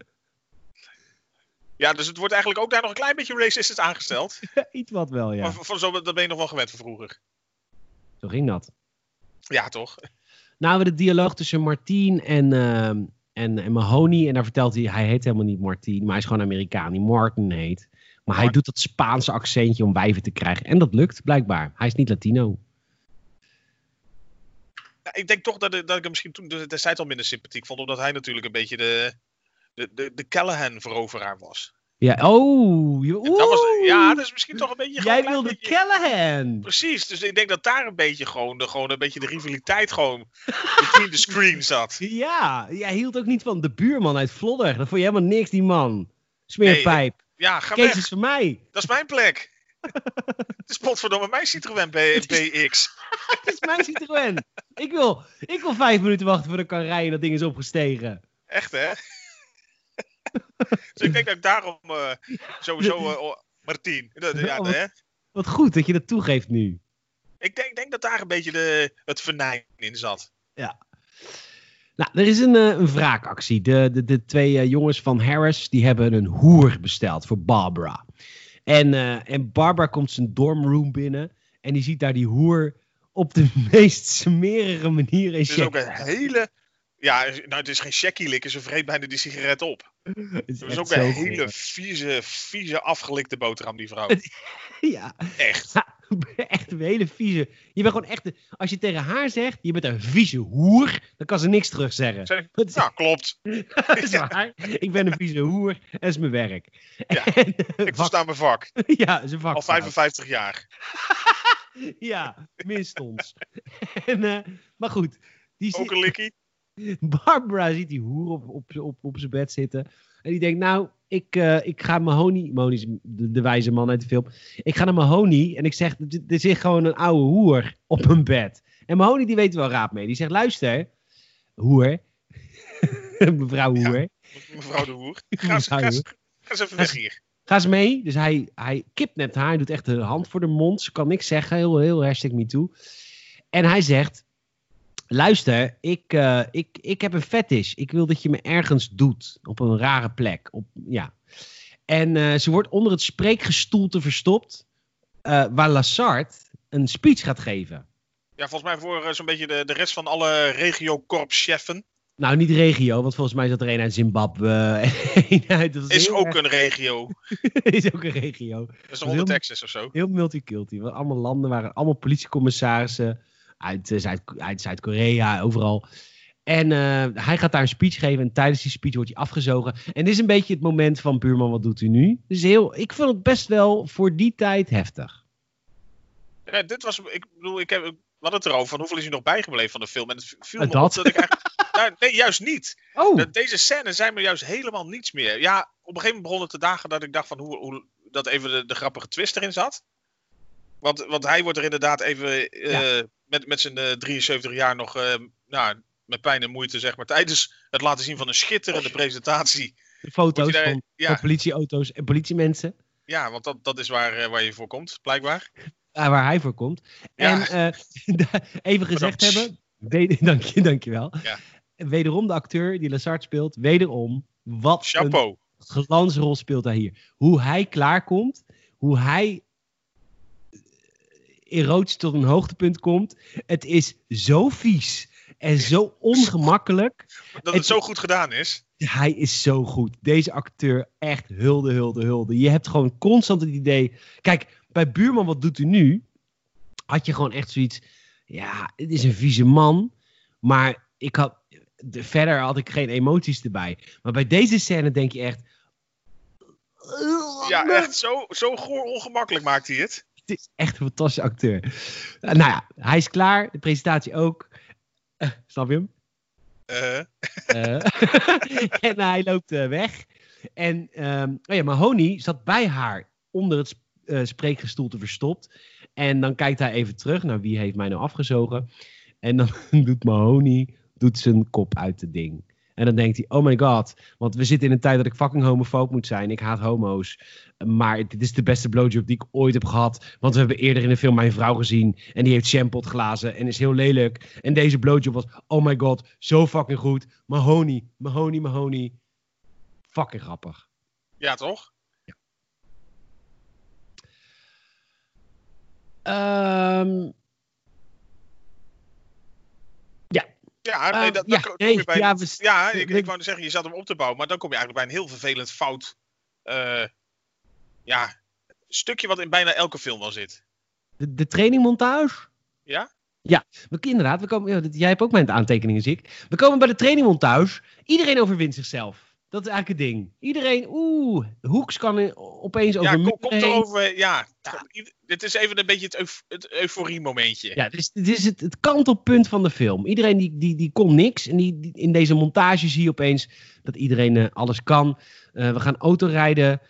Speaker 2: Ja, dus het wordt eigenlijk ook daar nog een klein beetje racist aangesteld.
Speaker 1: Iets wat wel, ja.
Speaker 2: Maar dat ben je nog wel gewend van vroeger.
Speaker 1: Zo ging dat.
Speaker 2: Ja, toch?
Speaker 1: Nou, we de dialoog tussen Martien en Mahoney. En daar vertelt hij heet helemaal niet Martien, maar hij is gewoon Amerikaan, die Martin heet. Maar hij doet dat Spaanse accentje om wijven te krijgen. En dat lukt, blijkbaar. Hij is niet Latino.
Speaker 2: Ja, ik denk toch dat ik hem misschien toen destijds al minder sympathiek vond. Omdat hij natuurlijk een beetje de Callahan-veroveraar was.
Speaker 1: Ja,
Speaker 2: dat is misschien toch een beetje...
Speaker 1: Jij wilde Callahan!
Speaker 2: Precies, dus ik denk dat daar een beetje gewoon een beetje de rivaliteit gewoon between the screen zat.
Speaker 1: Ja, jij hield ook niet van de buurman uit Vlodder. Dat vond je helemaal niks, die man. Smeerpijp.
Speaker 2: Nee, ja, ga
Speaker 1: Kees
Speaker 2: weg.
Speaker 1: is voor mij.
Speaker 2: Dat is mijn plek. Het is potverdomme mijn Citroën BX.
Speaker 1: Het is mijn Citroën. Ik wil 5 minuten wachten voordat ik kan rijden en dat ding is opgestegen.
Speaker 2: Echt, hè? Dus ik denk dat ik daarom sowieso Martien. Hè?
Speaker 1: Wat goed dat je dat toegeeft nu.
Speaker 2: Ik denk dat daar een beetje het venijn in zat.
Speaker 1: Ja. Nou, er is een wraakactie. De twee jongens van Harris die hebben een hoer besteld voor Barbara. En Barbara komt zijn dormroom binnen en die ziet daar die hoer op de meest smerige manier in.
Speaker 2: Het is ook een hele... Ja, nou, het is geen shaggy likken, ze vreet bijna die sigaret op. Het is ook een hele vieze afgelikte boterham, die vrouw.
Speaker 1: Ja.
Speaker 2: Echt.
Speaker 1: Ja, echt een hele vieze... Je bent gewoon echt... Als je tegen haar zegt, je bent een vieze hoer, dan kan ze niks terug zeggen.
Speaker 2: Ja, klopt.
Speaker 1: Dat is waar. Ik ben een vieze hoer, dat is mijn werk.
Speaker 2: Ja, ik versta mijn vak.
Speaker 1: Ja, zijn vak.
Speaker 2: Al 55 jaar.
Speaker 1: Ja, minstens. Maar goed.
Speaker 2: Ook een likkie.
Speaker 1: Barbara ziet die hoer op zijn bed zitten. En die denkt, nou, ik ga Mahoney... Mahoney is de wijze man uit de film. Ik ga naar Mahoney en ik zeg, er zit gewoon een oude hoer op mijn bed. En Mahoney die weet er wel raad mee. Die zegt, luister, hoer. Mevrouw hoer.
Speaker 2: Ja, mevrouw de hoer. Ga eens even weg hier.
Speaker 1: Ga eens mee. Dus hij kidnapt haar. Hij doet echt de hand voor de mond. Ze kan niks zeggen. Heel hashtag MeToo. En hij zegt... Luister, ik heb een fetish. Ik wil dat je me ergens doet. Op een rare plek. En ze wordt onder het spreekgestoelte verstopt. Waar Lassard een speech gaat geven.
Speaker 2: Ja, volgens mij voor zo'n beetje de rest van alle regio-korpscheffen.
Speaker 1: Nou, niet regio, want volgens mij zat er een uit Zimbabwe.
Speaker 2: Is ook een regio.
Speaker 1: Is ook een regio.
Speaker 2: Dat is nog onder Texas of zo.
Speaker 1: Heel multiculti. Want allemaal landen waren allemaal politiecommissarissen. Uit Zuid-Korea, overal. En hij gaat daar een speech geven. En tijdens die speech wordt hij afgezogen. En dit is een beetje het moment van... Buurman, wat doet u nu? Dus ik vond het best wel voor die tijd heftig.
Speaker 2: Ja, dit was... Ik bedoel, we hadden het erover. Van hoeveel is hij nog bijgebleven van de film? En het viel me
Speaker 1: dat?
Speaker 2: op dat ik eigenlijk... nee, juist niet.
Speaker 1: Oh.
Speaker 2: Deze scènes zijn me juist helemaal niets meer. Ja, op een gegeven moment begon het te dagen dat ik dacht van... Hoe dat even de grappige twist erin zat. Want hij wordt er inderdaad even... Met zijn 73 jaar nog met pijn en moeite, zeg maar, tijdens het laten zien van een schitterende presentatie.
Speaker 1: De foto's van politieauto's en politiemensen.
Speaker 2: Ja, want dat is waar je voor komt, blijkbaar.
Speaker 1: Waar hij voor komt. Ja. En even gezegd hebben, dankjewel. Ja. Wederom de acteur die Lassard speelt, wat
Speaker 2: Chapeau.
Speaker 1: Een glansrol speelt hij hier. Hoe hij klaarkomt, hoe hij... erotisch tot een hoogtepunt komt. Het is zo vies En zo ongemakkelijk.
Speaker 2: Dat het zo goed gedaan is.
Speaker 1: Hij is zo goed. Deze acteur, echt hulde. Je hebt gewoon constant het idee... Kijk, bij Buurman, wat doet u nu? Had je gewoon echt zoiets... Ja, het is een vieze man. Maar verder had ik geen emoties erbij. Maar bij deze scène denk je echt...
Speaker 2: Ja, echt zo goor ongemakkelijk maakt hij het.
Speaker 1: Het is echt een fantastische acteur. Nou ja, hij is klaar. De presentatie ook. Snap je hem? En hij loopt weg. En Mahoney zat bij haar onder het spreekgestoelte verstopt. En dan kijkt hij even terug naar wie heeft mij nou afgezogen. En dan doet Mahoney zijn kop uit het ding. En dan denkt hij, oh my god, want we zitten in een tijd dat ik fucking homofoob moet zijn. Ik haat homo's. Maar dit is de beste blowjob die ik ooit heb gehad. Want we hebben eerder in de film mijn vrouw gezien. En die heeft shampootglazen en is heel lelijk. En deze blowjob was, oh my god, zo fucking goed. Mahoney. Fucking grappig.
Speaker 2: Ja, toch?
Speaker 1: Ja.
Speaker 2: Ik wou zeggen, je zat hem op te bouwen, maar dan kom je eigenlijk bij een heel vervelend fout stukje wat in bijna elke film wel zit.
Speaker 1: De trainingmontage?
Speaker 2: Ja?
Speaker 1: Ja, inderdaad. Jij hebt ook mijn aantekeningen, zie ik. We komen bij de trainingmontage. Iedereen overwint zichzelf. Dat is eigenlijk het ding. Iedereen, Hoeks kan opeens over
Speaker 2: komt erover, dit is even een beetje het euforie-momentje.
Speaker 1: Ja, dit is het kantelpunt van de film. Iedereen die kon niks. En in deze montage zie je opeens dat iedereen alles kan. We gaan autorijden.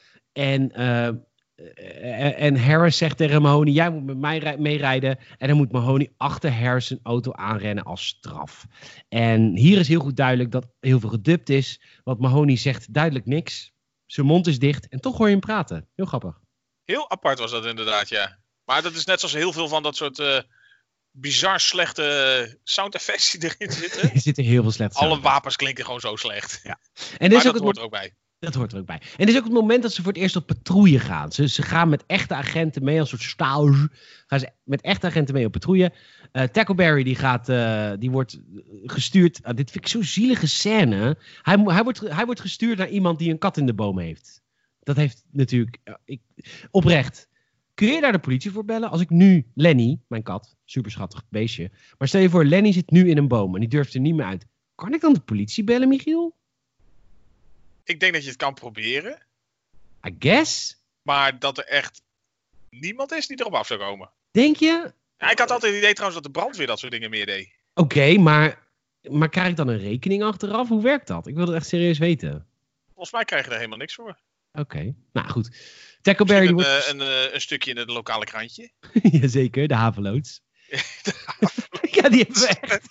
Speaker 1: En Harris zegt tegen Mahoney, jij moet met mij meerijden. En dan moet Mahoney achter Harris zijn auto aanrennen als straf. En hier is heel goed duidelijk dat heel veel gedubt is. Want Mahoney zegt duidelijk niks. Zijn mond is dicht en toch hoor je hem praten. Heel grappig.
Speaker 2: Heel apart was dat inderdaad, ja. Maar dat is net zoals heel veel van dat soort bizar slechte sound effects die erin zitten.
Speaker 1: Er zitten heel veel slechte
Speaker 2: Alle wapens klinken gewoon zo slecht.
Speaker 1: Ja.
Speaker 2: En maar dat hoort er ook bij.
Speaker 1: Dat hoort er ook bij. En dit is ook het moment dat ze voor het eerst op patrouille gaan. Ze gaan met echte agenten mee, als een soort stage. Gaan ze met echte agenten mee op patrouille. Tackleberry die wordt gestuurd. Dit vind ik zo'n zielige scène. Hij wordt gestuurd naar iemand die een kat in de boom heeft. Dat heeft natuurlijk... oprecht. Kun je daar de politie voor bellen? Als ik nu Lenny, mijn kat, super schattig beestje. Maar stel je voor, Lenny zit nu in een boom en die durft er niet meer uit. Kan ik dan de politie bellen, Michiel?
Speaker 2: Ik denk dat je het kan proberen.
Speaker 1: I guess.
Speaker 2: Maar dat er echt niemand is die erop af zou komen.
Speaker 1: Denk je?
Speaker 2: Ja, ik had altijd het idee trouwens dat de brandweer dat soort dingen meer deed.
Speaker 1: Oké, maar krijg ik dan een rekening achteraf? Hoe werkt dat? Ik wil het echt serieus weten.
Speaker 2: Volgens mij krijg je er helemaal niks voor.
Speaker 1: Oké, nou goed. Tackleberry wordt...
Speaker 2: een stukje in het lokale krantje.
Speaker 1: Jazeker, de havenloods. Ja, die hebben we echt.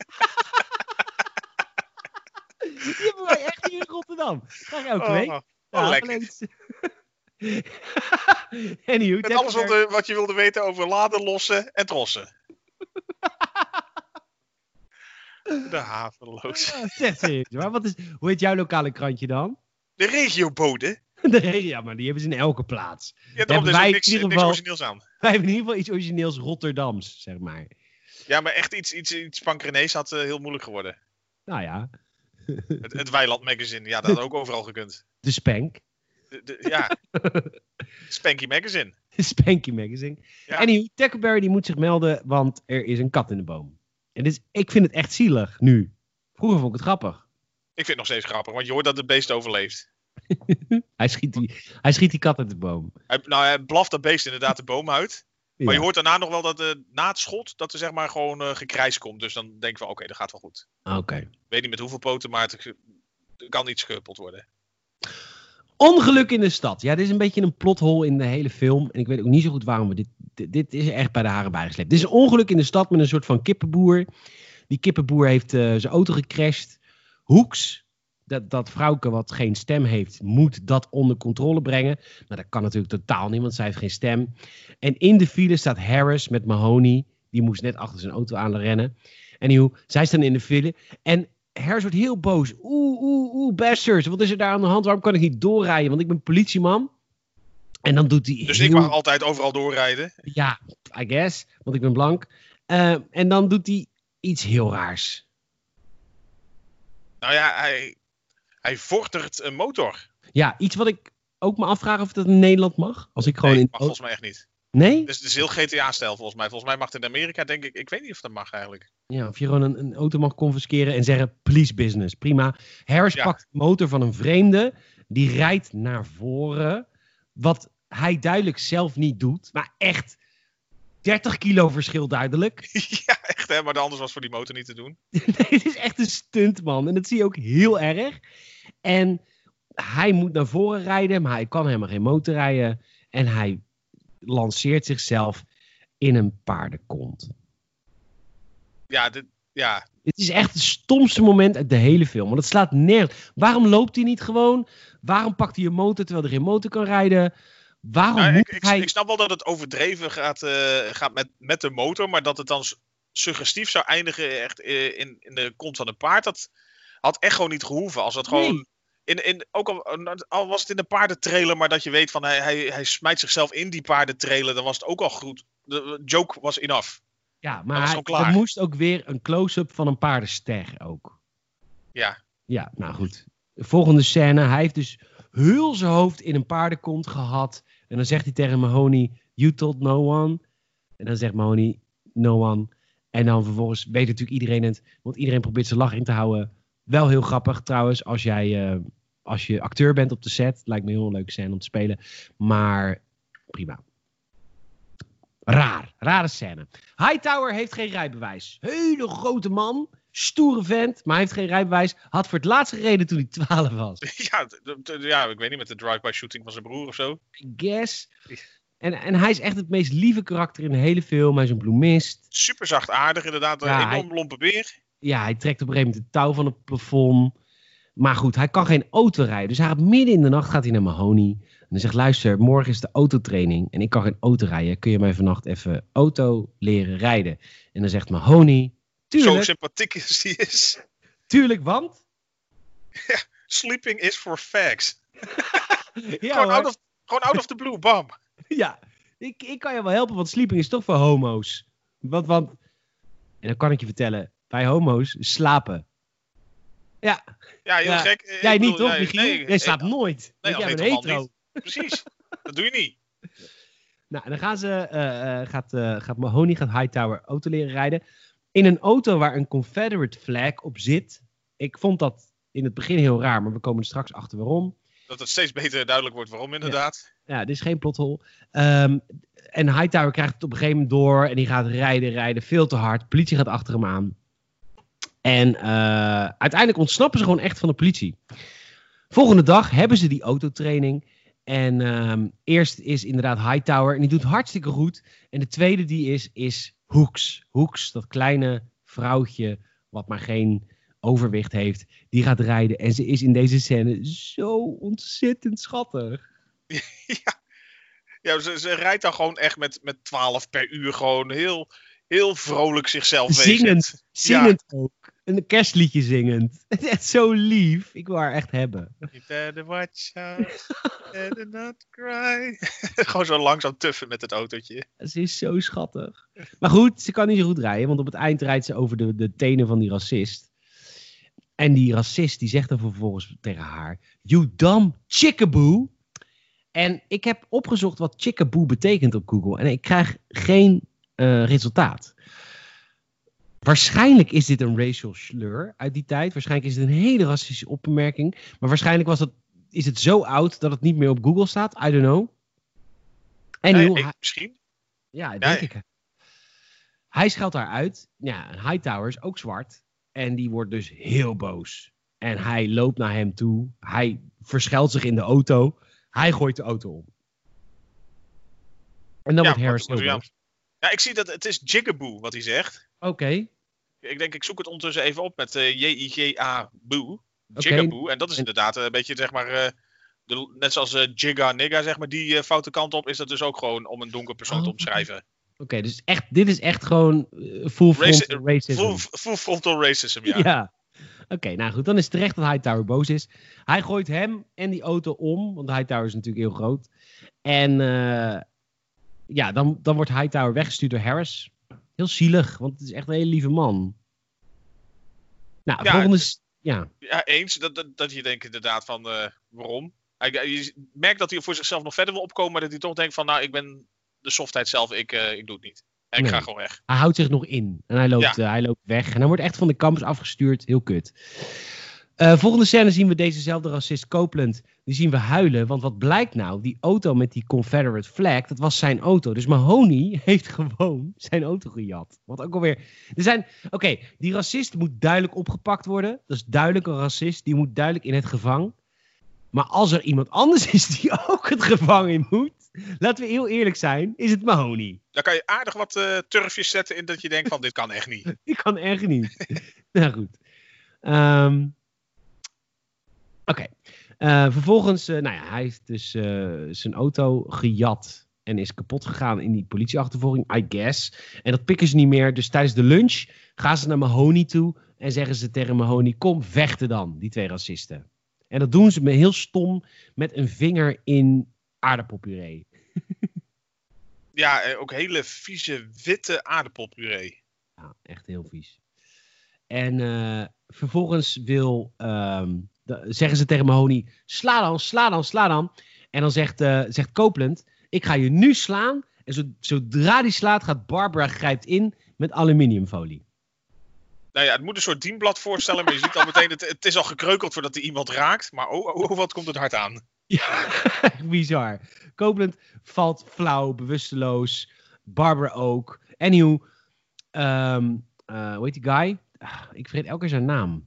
Speaker 1: Die hebben wij echt hier in Rotterdam. Ga je elke week?
Speaker 2: Lekker.
Speaker 1: Anywho,
Speaker 2: met alles wat je wilde weten over laden, lossen en trossen. De havenloods.
Speaker 1: Zeg serieus, maar hoe heet jouw lokale krantje dan?
Speaker 2: De regiobode.
Speaker 1: Ja, maar die hebben ze in elke plaats.
Speaker 2: Ja, daarom is er niks origineels aan.
Speaker 1: Wij hebben in ieder geval iets origineels Rotterdams, zeg maar.
Speaker 2: Ja, maar echt iets Pankrenees had heel moeilijk geworden.
Speaker 1: Nou ja.
Speaker 2: Het Weiland Magazine, ja, dat had ook overal gekund.
Speaker 1: De Spank.
Speaker 2: Spanky Magazine.
Speaker 1: Spanky Magazine. Ja. En Tackleberry die moet zich melden, want er is een kat in de boom. En dus, ik vind het echt zielig, nu. Vroeger vond ik het grappig.
Speaker 2: Ik vind het nog steeds grappig, want je hoort dat het beest overleeft.
Speaker 1: Hij schiet die kat uit de boom.
Speaker 2: Hij blaft dat beest inderdaad de boom uit. Maar
Speaker 1: Ja.
Speaker 2: je hoort daarna nog wel dat na het schot, dat er zeg maar gewoon gekrijs komt. Dus dan denk je van, oké, dat gaat wel goed.
Speaker 1: Oké.
Speaker 2: Ik weet niet met hoeveel poten, maar het kan niet gehuppeld worden.
Speaker 1: Ongeluk in de stad. Ja, dit is een beetje een plothole in de hele film. En ik weet ook niet zo goed waarom we dit is echt bij de haren bijgesleept. Dit is een ongeluk in de stad met een soort van kippenboer. Die kippenboer heeft zijn auto gecrashed. Hoeks, dat vrouwke wat geen stem heeft, moet dat onder controle brengen. Nou, dat kan natuurlijk totaal niet, want zij heeft geen stem. En in de file staat Harris met Mahoney. Die moest net achter zijn auto aan rennen. En zij staan in de file. En Harris wordt heel boos. Bastards, wat is er daar aan de hand? Waarom kan ik niet doorrijden? Want ik ben politieman. En dan doet hij...
Speaker 2: Dus ik mag altijd overal doorrijden?
Speaker 1: Ja, I guess. Want ik ben blank. En dan doet hij iets heel raars.
Speaker 2: Nou ja, hij vordert een motor.
Speaker 1: Ja, iets wat ik ook me afvraag of dat in Nederland mag. Als ik gewoon
Speaker 2: Nee,
Speaker 1: in...
Speaker 2: mag volgens mij echt niet.
Speaker 1: Nee?
Speaker 2: Dus het is heel GTA-stijl volgens mij. Volgens mij mag het in Amerika, denk ik. Ik weet niet of dat mag eigenlijk.
Speaker 1: Ja, of je gewoon een auto mag confisceren en zeggen, police business. Prima. Harris pakt de motor van een vreemde. Die rijdt naar voren. Wat hij duidelijk zelf niet doet. Maar echt 30 kilo verschil duidelijk.
Speaker 2: Ja, echt hè. Maar anders was voor die motor niet te doen.
Speaker 1: Nee, het is echt een stunt, man. En dat zie je ook heel erg. En hij moet naar voren rijden, maar hij kan helemaal geen motor rijden. En hij lanceert zichzelf in een paardenkont.
Speaker 2: Ja,
Speaker 1: Het is echt het stomste moment uit de hele film. Want het slaat nergens. Waarom loopt hij niet gewoon? Waarom pakt hij een motor terwijl hij geen motor kan rijden? Waarom moet hij...
Speaker 2: Ik snap wel dat het overdreven gaat met de motor. Maar dat het dan suggestief zou eindigen echt in de kont van een paard. Dat had echt gewoon niet gehoeven. Als dat gewoon... Ook al was het in een paardentrailer, maar dat je weet van hij smijt zichzelf in die paardentrailer, dan was het ook al goed. De joke was enough.
Speaker 1: Ja, maar er moest ook weer een close-up van een paardenster ook.
Speaker 2: Ja.
Speaker 1: Ja, nou goed. De volgende scène, hij heeft dus heel zijn hoofd in een paardenkont gehad. En dan zegt hij tegen Mahoney, you told no one. En dan zegt Mahoney, no one. En dan vervolgens weet natuurlijk iedereen het, want iedereen probeert zijn lach in te houden. Wel heel grappig trouwens, als je acteur bent op de set. Lijkt me heel een leuke scène om te spelen. Maar prima. Rare scène. Hightower heeft geen rijbewijs. Hele grote man. Stoere vent, maar hij heeft geen rijbewijs. Had voor het laatst gereden toen hij 12 was.
Speaker 2: Ja, ik weet niet, met de drive-by shooting van zijn broer of zo.
Speaker 1: I guess. En hij is echt het meest lieve karakter in de hele film. Hij is een bloemist.
Speaker 2: Super zachtaardig inderdaad. Een enorm lompe beer.
Speaker 1: Ja, hij trekt op een gegeven moment de touw van het plafond. Maar goed, hij kan geen auto rijden. Dus hij gaat midden in de nacht naar Mahoney. En hij zegt, luister, morgen is de autotraining. En ik kan geen auto rijden. Kun je mij vannacht even auto leren rijden? En dan zegt Mahoney, tuurlijk.
Speaker 2: Zo sympathiek als die is.
Speaker 1: Tuurlijk, want?
Speaker 2: Ja, sleeping is for fags.
Speaker 1: Ja,
Speaker 2: gewoon out of the blue, bam.
Speaker 1: Ja, ik kan je wel helpen, want sleeping is toch voor homo's. Want, en dan kan ik je vertellen, wij homo's slapen. Ja.
Speaker 2: Ja, heel gek.
Speaker 1: Jij niet, toch, Michiel? Nee, jij slaapt nooit.
Speaker 2: Nee,
Speaker 1: jij bent hetero.
Speaker 2: Niet. Precies, dat doe je niet.
Speaker 1: Nou, en dan gaat Mahoney Hightower auto leren rijden. In een auto waar een Confederate flag op zit. Ik vond dat in het begin heel raar, maar we komen er straks achter waarom.
Speaker 2: Dat het steeds beter duidelijk wordt waarom, inderdaad.
Speaker 1: Ja, dit is geen plothol. En Hightower krijgt het op een gegeven moment door. En die gaat rijden, veel te hard. Politie gaat achter hem aan. En uiteindelijk ontsnappen ze gewoon echt van de politie. Volgende dag hebben ze die autotraining. En eerst is inderdaad Hightower. En die doet hartstikke goed. En de tweede die is Hooks. Hooks, dat kleine vrouwtje wat maar geen overwicht heeft. Die gaat rijden. En ze is in deze scène zo ontzettend schattig.
Speaker 2: Ja, ze rijdt dan gewoon echt met 12 per uur. Gewoon heel vrolijk zichzelf
Speaker 1: Zingend ook. Een kerstliedje zingend. Het is echt zo lief. Ik wil haar echt hebben.
Speaker 2: You better watch out. Better not cry. Gewoon zo langzaam tuffen met het autootje.
Speaker 1: Ze is zo schattig. Maar goed, ze kan niet zo goed rijden. Want op het eind rijdt ze over de tenen van die racist. En die racist die zegt dan vervolgens tegen haar, you dumb chickaboo. En ik heb opgezocht wat chickaboo betekent op Google. En ik krijg geen resultaat. Waarschijnlijk is dit een racial slur uit die tijd. Waarschijnlijk is het een hele racistische opmerking. Maar waarschijnlijk is het zo oud dat het niet meer op Google staat. I don't know.
Speaker 2: Misschien?
Speaker 1: Ja, denk ik. Hij scheldt haar uit. Ja, en Hightower is ook zwart. En die wordt dus heel boos. En hij loopt naar hem toe. Hij verschuilt zich in de auto. Hij gooit de auto om. En dan wordt Harris heel boos.
Speaker 2: Ja, ik zie dat het is Jigaboo wat hij zegt.
Speaker 1: Oké.
Speaker 2: Ik zoek het ondertussen even op met J-I-G-A-Boo. Jigaboo. En dat is inderdaad een beetje, zeg maar, net zoals Jigga Nigga, zeg maar, die foute kant op, is dat dus ook gewoon om een donker persoon te omschrijven.
Speaker 1: Oké, dus dit is echt gewoon full frontal racism.
Speaker 2: Full frontal racism, ja.
Speaker 1: Ja. Oké, nou goed, dan is het terecht dat Hightower boos is. Hij gooit hem en die auto om, want Hightower is natuurlijk heel groot. En dan wordt Hightower weggestuurd door Harris. Heel zielig, want het is echt een hele lieve man. Nou, volgende... Ja.
Speaker 2: Ja, eens. Dat je denkt inderdaad van, waarom? Je merkt dat hij voor zichzelf nog verder wil opkomen, maar dat hij toch denkt van, nou, ik ben de softheid zelf, ik doe het niet. En ik ga gewoon weg.
Speaker 1: Hij houdt zich nog in. En hij loopt weg. En hij wordt echt van de campus afgestuurd. Heel kut. Volgende scène zien we dezezelfde racist Copeland. Die zien we huilen. Want wat blijkt nou? Die auto met die Confederate flag, dat was zijn auto. Dus Mahoney heeft gewoon zijn auto gejat. Wat ook alweer... Oké, die racist moet duidelijk opgepakt worden. Dat is duidelijk een racist. Die moet duidelijk in het gevangen. Maar als er iemand anders is die ook het gevangen in moet... Laten we heel eerlijk zijn, is het Mahoney.
Speaker 2: Dan kan je aardig wat turfjes zetten in dat je denkt van, dit kan echt niet.
Speaker 1: Dit kan echt niet. Nou goed. Oké. Vervolgens, hij heeft dus zijn auto gejat en is kapot gegaan in die politieachtervolging, I guess. En dat pikken ze niet meer. Dus tijdens de lunch gaan ze naar Mahoney toe en zeggen ze tegen Mahoney, kom, vechten dan, die twee racisten. En dat doen ze heel stom met een vinger in aardappelpuree.
Speaker 2: Ja, ook hele vieze witte aardappelpuree.
Speaker 1: Ja, echt heel vies. En vervolgens zeggen ze tegen Mahoney, sla dan. En dan zegt Copeland, ik ga je nu slaan. En zodra die slaat, gaat Barbara grijpt in met aluminiumfolie.
Speaker 2: Nou ja, het moet een soort dienblad voorstellen, maar je ziet al meteen, het is al gekreukeld voordat hij iemand raakt. Maar wat komt het hard aan.
Speaker 1: Ja, bizar. Copeland valt flauw, bewusteloos. Barbara ook. Anywho, hoe heet die guy? Ik vergeet elke keer zijn naam.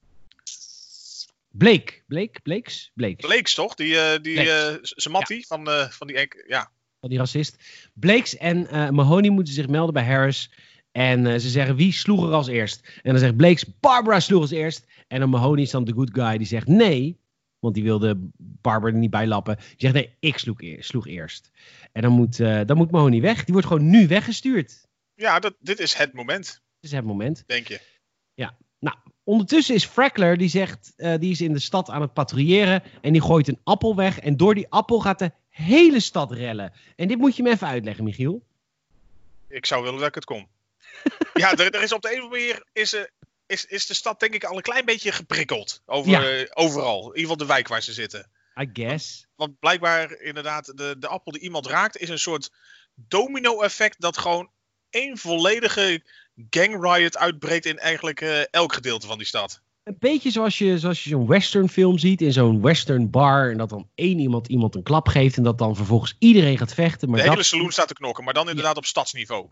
Speaker 1: Blakes,
Speaker 2: toch? Zijn mattie van die ja.
Speaker 1: Van die racist. Blakes en Mahoney moeten zich melden bij Harris. En ze zeggen, wie sloeg er als eerst? En dan zegt Blakes, Barbara sloeg als eerst. En dan Mahoney is dan de good guy. Die zegt nee, want die wilde Barbara er niet bij lappen. Die zegt nee, ik sloeg eerst. En dan moet Mahoney weg. Die wordt gewoon nu weggestuurd.
Speaker 2: Ja, dit is het moment.
Speaker 1: Dit is het moment.
Speaker 2: Denk je.
Speaker 1: Ja. Nou, ondertussen is Frackler, die is in de stad aan het patrouilleren. En die gooit een appel weg. En door die appel gaat de hele stad rellen. En dit moet je me even uitleggen, Michiel.
Speaker 2: Ik zou willen dat ik het kon. Ja, er is op de een of andere manier is de stad denk ik al een klein beetje geprikkeld. Overal. In ieder geval de wijk waar ze zitten.
Speaker 1: I guess.
Speaker 2: Want blijkbaar inderdaad de appel die iemand raakt is een soort domino-effect dat gewoon één volledige gang riot uitbreekt in eigenlijk elk gedeelte van die stad.
Speaker 1: Een beetje zoals je zo'n western film ziet in zo'n western bar. En dat dan iemand een klap geeft. En dat dan vervolgens iedereen gaat vechten. Maar
Speaker 2: de hele saloon staat te knokken. Maar dan inderdaad op stadsniveau.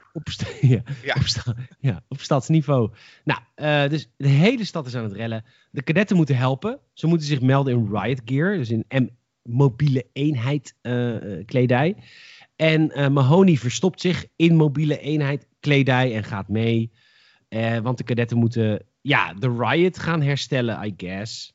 Speaker 1: Op stadsniveau. Nou, dus de hele stad is aan het rellen. De kadetten moeten helpen. Ze moeten zich melden in riot gear. Dus in mobiele eenheid kledij. En Mahoney verstopt zich in mobiele eenheid kledij. En gaat mee. Want de kadetten moeten... Ja, de riot gaan herstellen, I guess.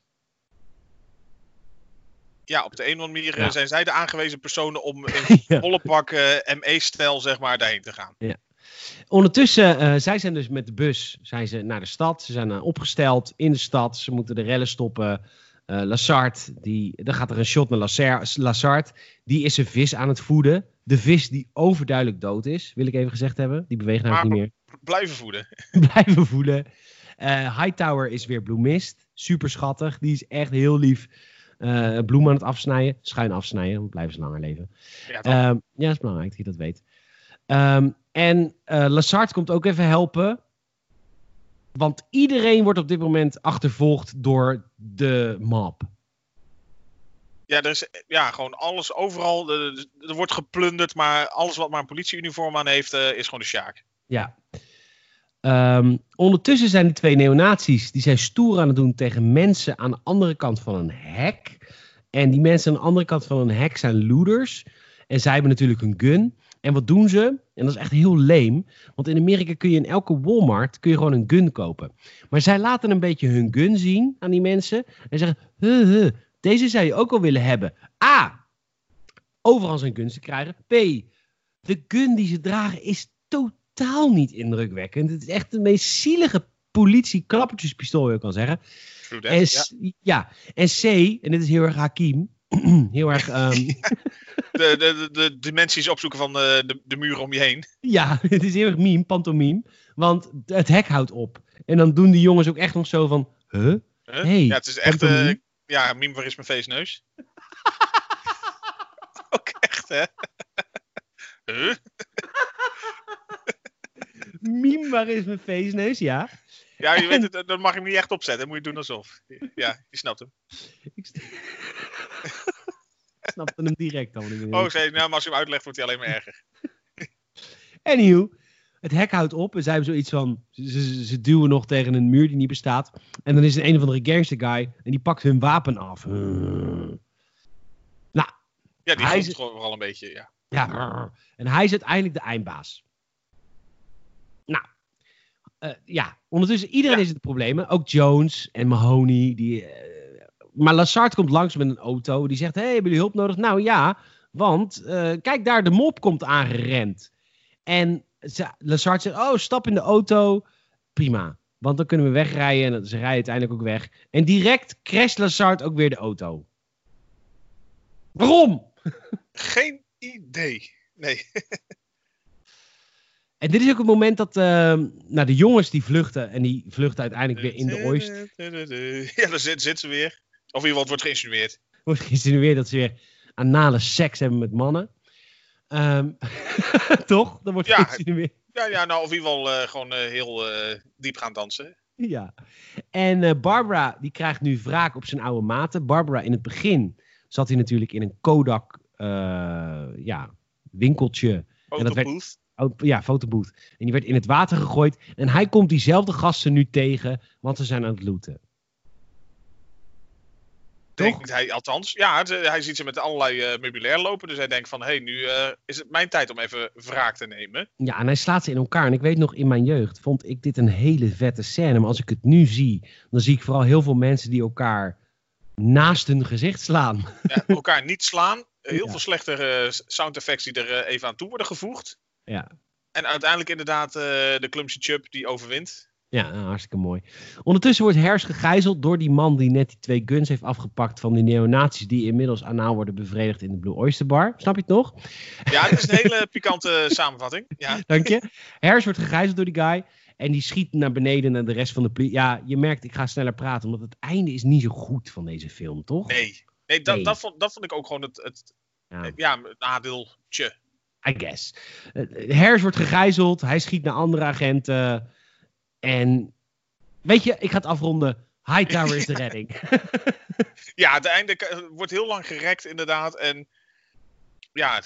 Speaker 2: Ja, op de een of andere manier zijn zij de aangewezen personen om in volle pak ME-stijl, zeg maar, daarheen te gaan. Ja.
Speaker 1: Ondertussen, zij zijn dus met de bus naar de stad. Ze zijn opgesteld in de stad. Ze moeten de rellen stoppen. Lassard, dan gaat er een shot naar Lassard. Die is een vis aan het voeden. De vis die overduidelijk dood is, wil ik even gezegd hebben. Die beweegt eigenlijk niet meer.
Speaker 2: Blijven voeden.
Speaker 1: Blijven voeden. Hightower is weer bloemist. Super schattig. Die is echt heel lief. Bloemen aan het afsnijden. Schuin afsnijden. Dan blijven ze langer leven. Ja, dat is belangrijk dat je dat weet. En Lassard komt ook even helpen. Want iedereen wordt op dit moment achtervolgd door de mob.
Speaker 2: Ja, er is gewoon alles overal. Er wordt geplunderd. Maar alles wat maar een politieuniform aan heeft, is gewoon de sjaak.
Speaker 1: Ja. Ondertussen zijn die twee neonazies, die zijn stoer aan het doen tegen mensen aan de andere kant van een hek. En die mensen aan de andere kant van een hek zijn looters. En zij hebben natuurlijk een gun. En wat doen ze? En dat is echt heel lame. Want in Amerika kun je in elke Walmart gewoon een gun kopen. Maar zij laten een beetje hun gun zien aan die mensen. En zeggen, deze zou je ook al willen hebben. A, overal zijn guns te krijgen. B, de gun die ze dragen is totaal niet indrukwekkend. Het is echt de meest zielige politie-klappertjespistool, je kan zeggen. En C, en dit is heel erg Hakim, heel erg...
Speaker 2: de dimensies opzoeken van de muur om je heen.
Speaker 1: Ja, het is heel erg pantomime, want het hek houdt op. En dan doen die jongens ook echt nog zo van, huh?
Speaker 2: Huh?
Speaker 1: Hey,
Speaker 2: ja, het is echt...
Speaker 1: pantomime.
Speaker 2: ja, meme, waar is mijn feestneus? Ook echt, hè? Huh?
Speaker 1: Meme, waar is mijn feestneus? Ja.
Speaker 2: Ja, je weet het, dat mag ik niet echt opzetten. Dan moet je doen alsof. Ja, je snapt hem.
Speaker 1: Ik snapte hem direct al.
Speaker 2: Oh, zei, nou, maar als je hem uitlegt, wordt hij alleen maar erger.
Speaker 1: Anywho, het hek houdt op en zij hebben zoiets van... Ze duwen nog tegen een muur die niet bestaat. En dan is er een of andere gangster guy en die pakt hun wapen af. Nou,
Speaker 2: Ja, die
Speaker 1: Hij
Speaker 2: voelt
Speaker 1: is-
Speaker 2: gewoon vooral een beetje, ja.
Speaker 1: ja. En hij is uiteindelijk de eindbaas. Nou, ja. Ondertussen, iedereen
Speaker 2: Ja.
Speaker 1: is het probleem. Ook Jones en Mahoney. Maar Lassard komt langs met een auto. Die zegt, hey, hebben jullie hulp nodig? Nou ja, want kijk daar, de mop komt aangerend. En Lassard zegt, oh, stap in de auto. Prima, want dan kunnen we wegrijden. En ze rijden uiteindelijk ook weg. En direct crasht Lassard ook weer de auto. Waarom?
Speaker 2: Geen idee. Nee.
Speaker 1: En dit is ook het moment dat de jongens die vluchten. En die vluchten uiteindelijk weer in de Oost.
Speaker 2: Ja, daar zit ze weer. Of in ieder geval, het wordt geïnsinueerd.
Speaker 1: Wordt geïnsinueerd dat ze weer anale seks hebben met mannen. Toch? Dat wordt
Speaker 2: Ja.
Speaker 1: geïnsinueerd.
Speaker 2: Ja, nou, of in ieder geval gewoon heel diep gaan dansen.
Speaker 1: Ja. En Barbara, die krijgt nu wraak op zijn oude maten. Barbara, in het begin zat hij natuurlijk in een Kodak winkeltje. En dat werd, fotobooth. En die werd in het water gegooid. En hij komt diezelfde gasten nu tegen, want ze zijn aan het looten. Toch?
Speaker 2: Denkt hij, althans, ja, hij ziet ze met allerlei meubilair lopen. Dus hij denkt van, hé, nu is het mijn tijd om even wraak te nemen.
Speaker 1: Ja, en hij slaat ze in elkaar. En ik weet nog, in mijn jeugd vond ik dit een hele vette scène. Maar als ik het nu zie, dan zie ik vooral heel veel mensen die elkaar naast hun gezicht slaan.
Speaker 2: Ja, elkaar niet slaan. Heel
Speaker 1: Ja.
Speaker 2: veel slechte sound effects die er even aan toe worden gevoegd.
Speaker 1: Ja.
Speaker 2: En uiteindelijk inderdaad de Clumsy Chub die overwint.
Speaker 1: Ja, nou, hartstikke mooi. Ondertussen wordt Harris gegijzeld door die man die net die 2 guns heeft afgepakt van die neonazies die inmiddels anaal worden bevredigd in de Blue Oyster Bar. Snap je het nog?
Speaker 2: Ja, dit is een hele pikante samenvatting. Ja.
Speaker 1: Dank je. Harris wordt gegijzeld door die guy en die schiet naar beneden naar de rest van de politie. Ja, je merkt, ik ga sneller praten, omdat het einde is niet zo goed van deze film, toch?
Speaker 2: Nee,
Speaker 1: Nee.
Speaker 2: dat vond ik ook gewoon het nadeeltje.
Speaker 1: I guess. Harris wordt gegijzeld, hij schiet naar andere agenten. En weet je, ik ga het afronden. Hightower is de redding.
Speaker 2: Ja, het einde wordt heel lang gerekt inderdaad. En ja,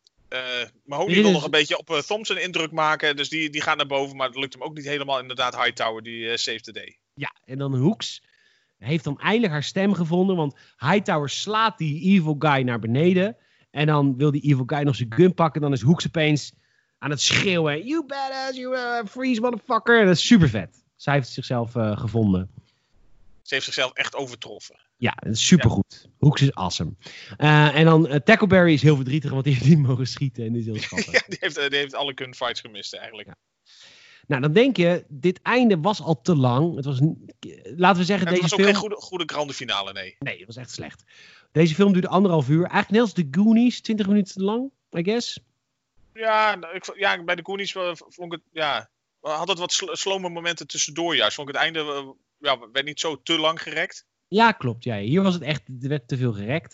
Speaker 2: Mahoney
Speaker 1: Dit
Speaker 2: wil
Speaker 1: is-
Speaker 2: nog een beetje op Thompson indruk maken. Dus die gaat naar boven, maar het lukt hem ook niet helemaal. Inderdaad, Hightower die saved the day.
Speaker 1: Ja, en dan Hooks heeft dan eindelijk haar stem gevonden. Want Hightower slaat die evil guy naar beneden. En dan wil die evil guy nog zijn gun pakken. Dan is Hooks opeens aan het schreeuwen. You badass, you freeze motherfucker. En dat is super vet. Zij heeft zichzelf gevonden.
Speaker 2: Ze heeft zichzelf echt overtroffen.
Speaker 1: Ja, dat is supergoed. Hooks is awesome. En dan Tackleberry is heel verdrietig, want die heeft niet mogen schieten. En die is heel schattig.
Speaker 2: Ja, die heeft alle gunfights gemist eigenlijk.
Speaker 1: Ja. Nou, dan denk je, dit einde was al te lang. Het was, laten we zeggen,
Speaker 2: En het
Speaker 1: deze
Speaker 2: was ook
Speaker 1: film...
Speaker 2: geen goede grande finale, nee.
Speaker 1: Nee, het was echt slecht. Deze film duurde 1,5 uur. Eigenlijk net als The Goonies, 20 minuten te lang, I guess.
Speaker 2: Ja, bij de Goonies vond ik het, ja, had het wat slome momenten tussendoor juist. Vond ik het einde, werd niet zo te lang gerekt.
Speaker 1: Ja, klopt. Ja. Hier was het echt, er werd te veel gerekt.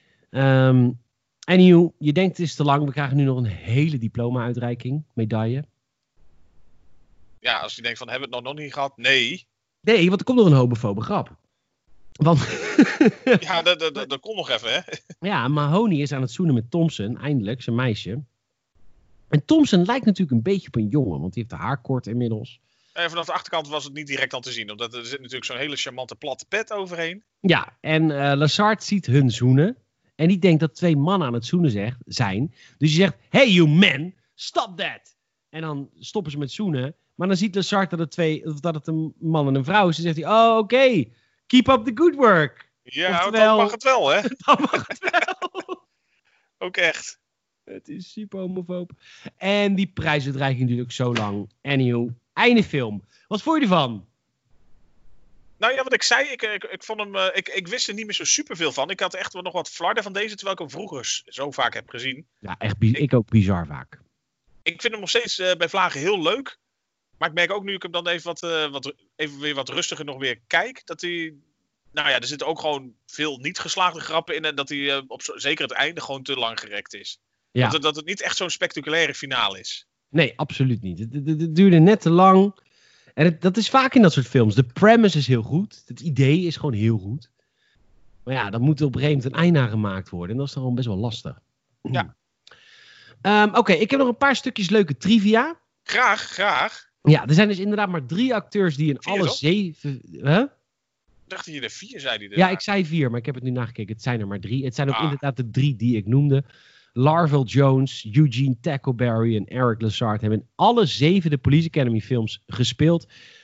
Speaker 1: Anyhow, je denkt het is te lang. We krijgen nu nog een hele diploma-uitreiking, medaille.
Speaker 2: Ja, als je denkt van, hebben we het nog niet gehad? Nee.
Speaker 1: Nee, want er komt nog een homofobe grap. Want
Speaker 2: Ja, dat kon nog even, hè.
Speaker 1: ja, Mahoney is aan het zoenen met Thompson, eindelijk, zijn meisje. En Thompson lijkt natuurlijk een beetje op een jongen, want die heeft de haar kort inmiddels.
Speaker 2: En vanaf de achterkant was het niet direct aan te zien, omdat er zit natuurlijk zo'n hele charmante platte pet overheen.
Speaker 1: Ja, en Lassard ziet hun zoenen. En die denkt dat 2 mannen aan het zoenen zijn. Dus hij zegt, hey you men, stop that. En dan stoppen ze met zoenen. Maar dan ziet Lassard dat het een man en een vrouw is. Dan zegt hij, oh oké, keep up the good work.
Speaker 2: Ja,
Speaker 1: Oftewel-
Speaker 2: dat mag het wel, hè.
Speaker 1: Dan mag het wel.
Speaker 2: Ook echt.
Speaker 1: Het is super homofoob. En die prijsuitreiking duurt ook zo lang. Anyhow, einde film. Wat vond je ervan?
Speaker 2: Nou ja, wat ik zei, ik vond hem, ik wist er niet meer zo superveel van. Ik had echt wel nog wat flarden van deze, terwijl ik hem vroeger zo vaak heb gezien.
Speaker 1: Ja, echt ik ook bizar vaak.
Speaker 2: Ik vind hem nog steeds bij Vlagen heel leuk. Maar ik merk ook nu ik hem dan even weer wat rustiger nog weer kijk, dat hij Nou ja, er zitten ook gewoon veel niet geslaagde grappen in. En dat hij zeker het einde gewoon te lang gerekt is.
Speaker 1: Ja.
Speaker 2: Dat het niet echt zo'n spectaculaire finale is.
Speaker 1: Nee, absoluut niet. Het duurde net te lang. En dat is vaak in dat soort films. De premise is heel goed. Het idee is gewoon heel goed. Maar ja, dan moet er op een gegeven moment een einde aan gemaakt worden. En dat is dan gewoon best wel lastig.
Speaker 2: Ja.
Speaker 1: Oké, ik heb nog een paar stukjes leuke trivia.
Speaker 2: Graag.
Speaker 1: Ja, er zijn dus inderdaad maar 3 acteurs die in
Speaker 2: 4
Speaker 1: alle
Speaker 2: toch?
Speaker 1: 7... Huh?
Speaker 2: Ik dacht dat je er 4 zei. Die
Speaker 1: Ja, ik zei 4, maar ik heb het nu nagekeken. Het zijn er maar 3. Het zijn ook
Speaker 2: Ah.
Speaker 1: inderdaad de 3 die ik noemde. Larville Jones, Eugene Tackleberry en Eric Lessard hebben in alle 7 de Police Academy films gespeeld.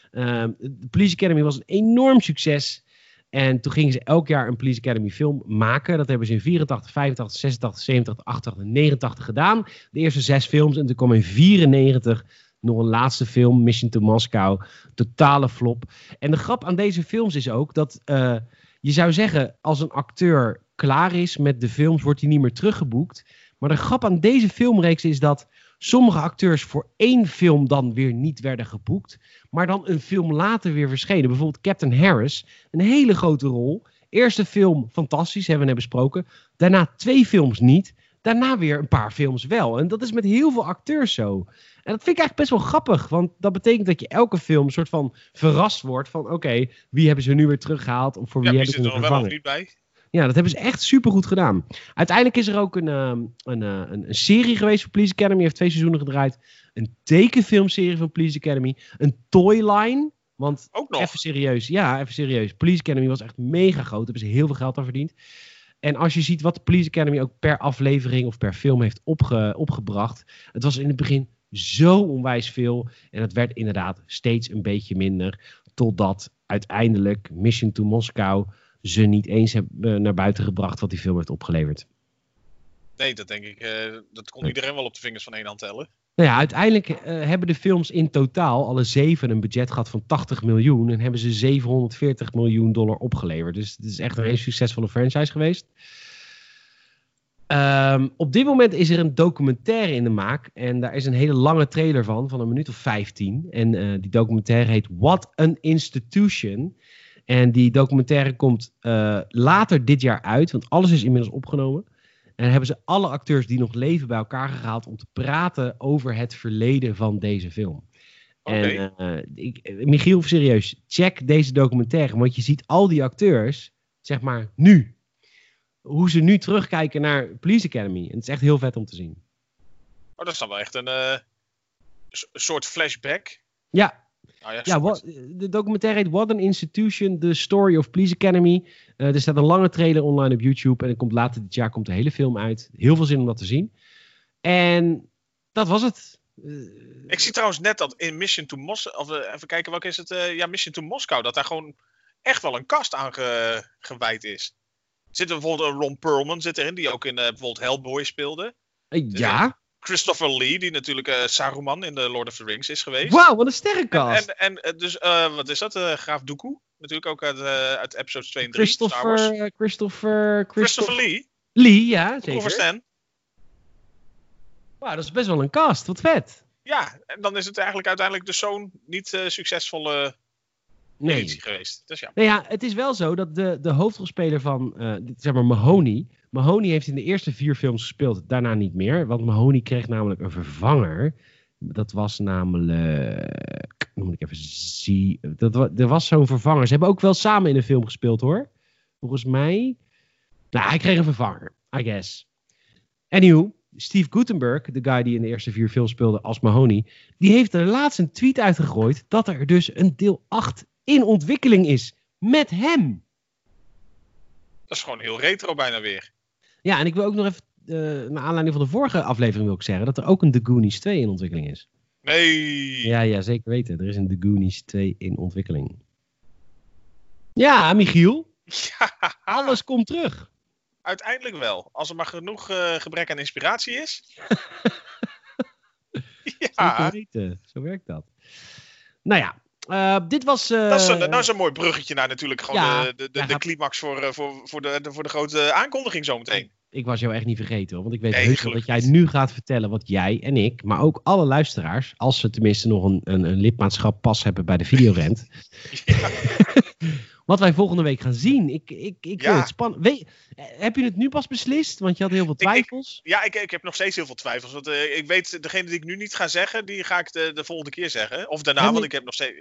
Speaker 1: De Police Academy was een enorm succes. En toen gingen ze elk jaar een Police Academy film maken. Dat hebben ze in 84, 85, 86, 87, 88 en 89 gedaan. De eerste 6 films. En toen kwam in 94 nog een laatste film, Mission to Moscow. Totale flop. En de grap aan deze films is ook dat je zou zeggen, als een acteur klaar is met de films, wordt hij niet meer teruggeboekt. Maar de grap aan deze filmreeks is dat sommige acteurs voor 1 film dan weer niet werden geboekt. Maar dan een film later weer verschenen. Bijvoorbeeld Captain Harris. Een hele grote rol. Eerste film fantastisch, hebben we net besproken. Daarna 2 films niet. Daarna weer een paar films wel. En dat is met heel veel acteurs zo. En dat vind ik eigenlijk best wel grappig. Want dat betekent dat je elke film een soort van verrast wordt. Van oké, wie hebben ze nu weer teruggehaald? Of voor wie hebben ze
Speaker 2: er
Speaker 1: hem
Speaker 2: nog wel of
Speaker 1: vervangen?
Speaker 2: niet bij.
Speaker 1: Ja, dat hebben ze echt supergoed gedaan. Uiteindelijk is er ook een serie geweest van Police Academy. Heeft 2 seizoenen gedraaid. Een tekenfilmserie van Police Academy. Een toyline. Want
Speaker 2: Ook nog.
Speaker 1: even serieus. Ja, even serieus. Police Academy was echt mega groot. Daar hebben ze heel veel geld aan verdiend. En als je ziet wat de Police Academy ook per aflevering of per film heeft opgebracht. Het was in het begin zo onwijs veel. En het werd inderdaad steeds een beetje minder. Totdat uiteindelijk Mission to Moscow ze niet eens hebben naar buiten gebracht wat die film heeft opgeleverd.
Speaker 2: Nee, dat denk ik. Dat kon iedereen wel op de vingers van 1 hand tellen.
Speaker 1: Nou ja, uiteindelijk hebben de films in totaal alle 7 een budget gehad van 80 miljoen. En hebben ze $740 miljoen opgeleverd. Dus het is echt een hele succesvolle franchise geweest. Op dit moment is er een documentaire in de maak. En daar is een hele lange trailer van een minuut of 15. En die documentaire heet What an Institution. En die documentaire komt later dit jaar uit. Want alles is inmiddels opgenomen. En dan hebben ze alle acteurs die nog leven bij elkaar gehaald om te praten over het verleden van deze film.
Speaker 2: Okay.
Speaker 1: En Michiel, serieus, check deze documentaire. Want je ziet al die acteurs, zeg maar, nu. Hoe ze nu terugkijken naar Police Academy. En het is echt heel vet om te zien.
Speaker 2: Oh, dat is dan wel echt een soort flashback.
Speaker 1: Ja.
Speaker 2: Nou
Speaker 1: Ja, de documentaire heet What an Institution, The Story of Police Academy. Er staat een lange trailer online op YouTube. En er komt later dit jaar de hele film uit. Heel veel zin om dat te zien. En dat was het.
Speaker 2: Ik zie trouwens net dat in Mission to Moscow... even kijken, welke is het? Mission to Moscow. Dat daar gewoon echt wel een cast aan gewijd is. Zit er bijvoorbeeld een Ron Perlman zit erin. Die ook in bijvoorbeeld Hellboy speelde.
Speaker 1: Ja.
Speaker 2: Christopher Lee, die natuurlijk Saruman in The Lord of the Rings is geweest.
Speaker 1: Wauw, wat een sterrenkast.
Speaker 2: En dus, wat is dat? Graaf Dooku. Natuurlijk ook uit episodes 2 en 3. Christopher Lee.
Speaker 1: Lee, ja, zeker.
Speaker 2: Stan.
Speaker 1: Wauw, dat is best wel een cast. Wat vet.
Speaker 2: Ja, en dan is het eigenlijk uiteindelijk de zo'n niet succesvolle editie geweest. Dus ja.
Speaker 1: Nou ja, het is wel zo dat de hoofdrolspeler van, zeg maar, Mahoney... Mahoney heeft in de eerste 4 films gespeeld, daarna niet meer. Want Mahoney kreeg namelijk een vervanger. Dat was namelijk... Dan moet ik even zien. Er was zo'n vervanger. Ze hebben ook wel samen in een film gespeeld, hoor. Volgens mij... Nou, hij kreeg een vervanger, I guess. Anywho, Steve Guttenberg, de guy die in de eerste 4 films speelde als Mahoney... die heeft er laatst een tweet uitgegooid dat er dus een deel 8 in ontwikkeling is. Met hem.
Speaker 2: Dat is gewoon heel retro bijna weer.
Speaker 1: Ja, en ik wil ook nog even, naar aanleiding van de vorige aflevering wil ik zeggen... dat er ook een The Goonies 2 in ontwikkeling is.
Speaker 2: Nee.
Speaker 1: Ja, zeker weten. Er is een The Goonies 2 in ontwikkeling. Ja, Michiel.
Speaker 2: Ja.
Speaker 1: Alles komt terug.
Speaker 2: Uiteindelijk wel. Als er maar genoeg gebrek aan inspiratie is.
Speaker 1: Ja. Zeker weten. Zo werkt dat. Nou ja. Dit was...
Speaker 2: Dat is een mooi bruggetje naar natuurlijk gewoon de climax voor de grote aankondiging zometeen.
Speaker 1: Ik was jou echt niet vergeten hoor. Want ik weet heus wel dat jij nu gaat vertellen wat jij en ik, maar ook alle luisteraars, als ze tenminste nog een lidmaatschap pas hebben bij de Videorent. Ja. wat wij volgende week gaan zien. Ik vind het spannend. Heb je het nu pas beslist? Want je had heel veel twijfels.
Speaker 2: Ik heb nog steeds heel veel twijfels. Want ik weet, degene die ik nu niet ga zeggen, die ga ik de volgende keer zeggen. Of daarna, want ik heb nog steeds...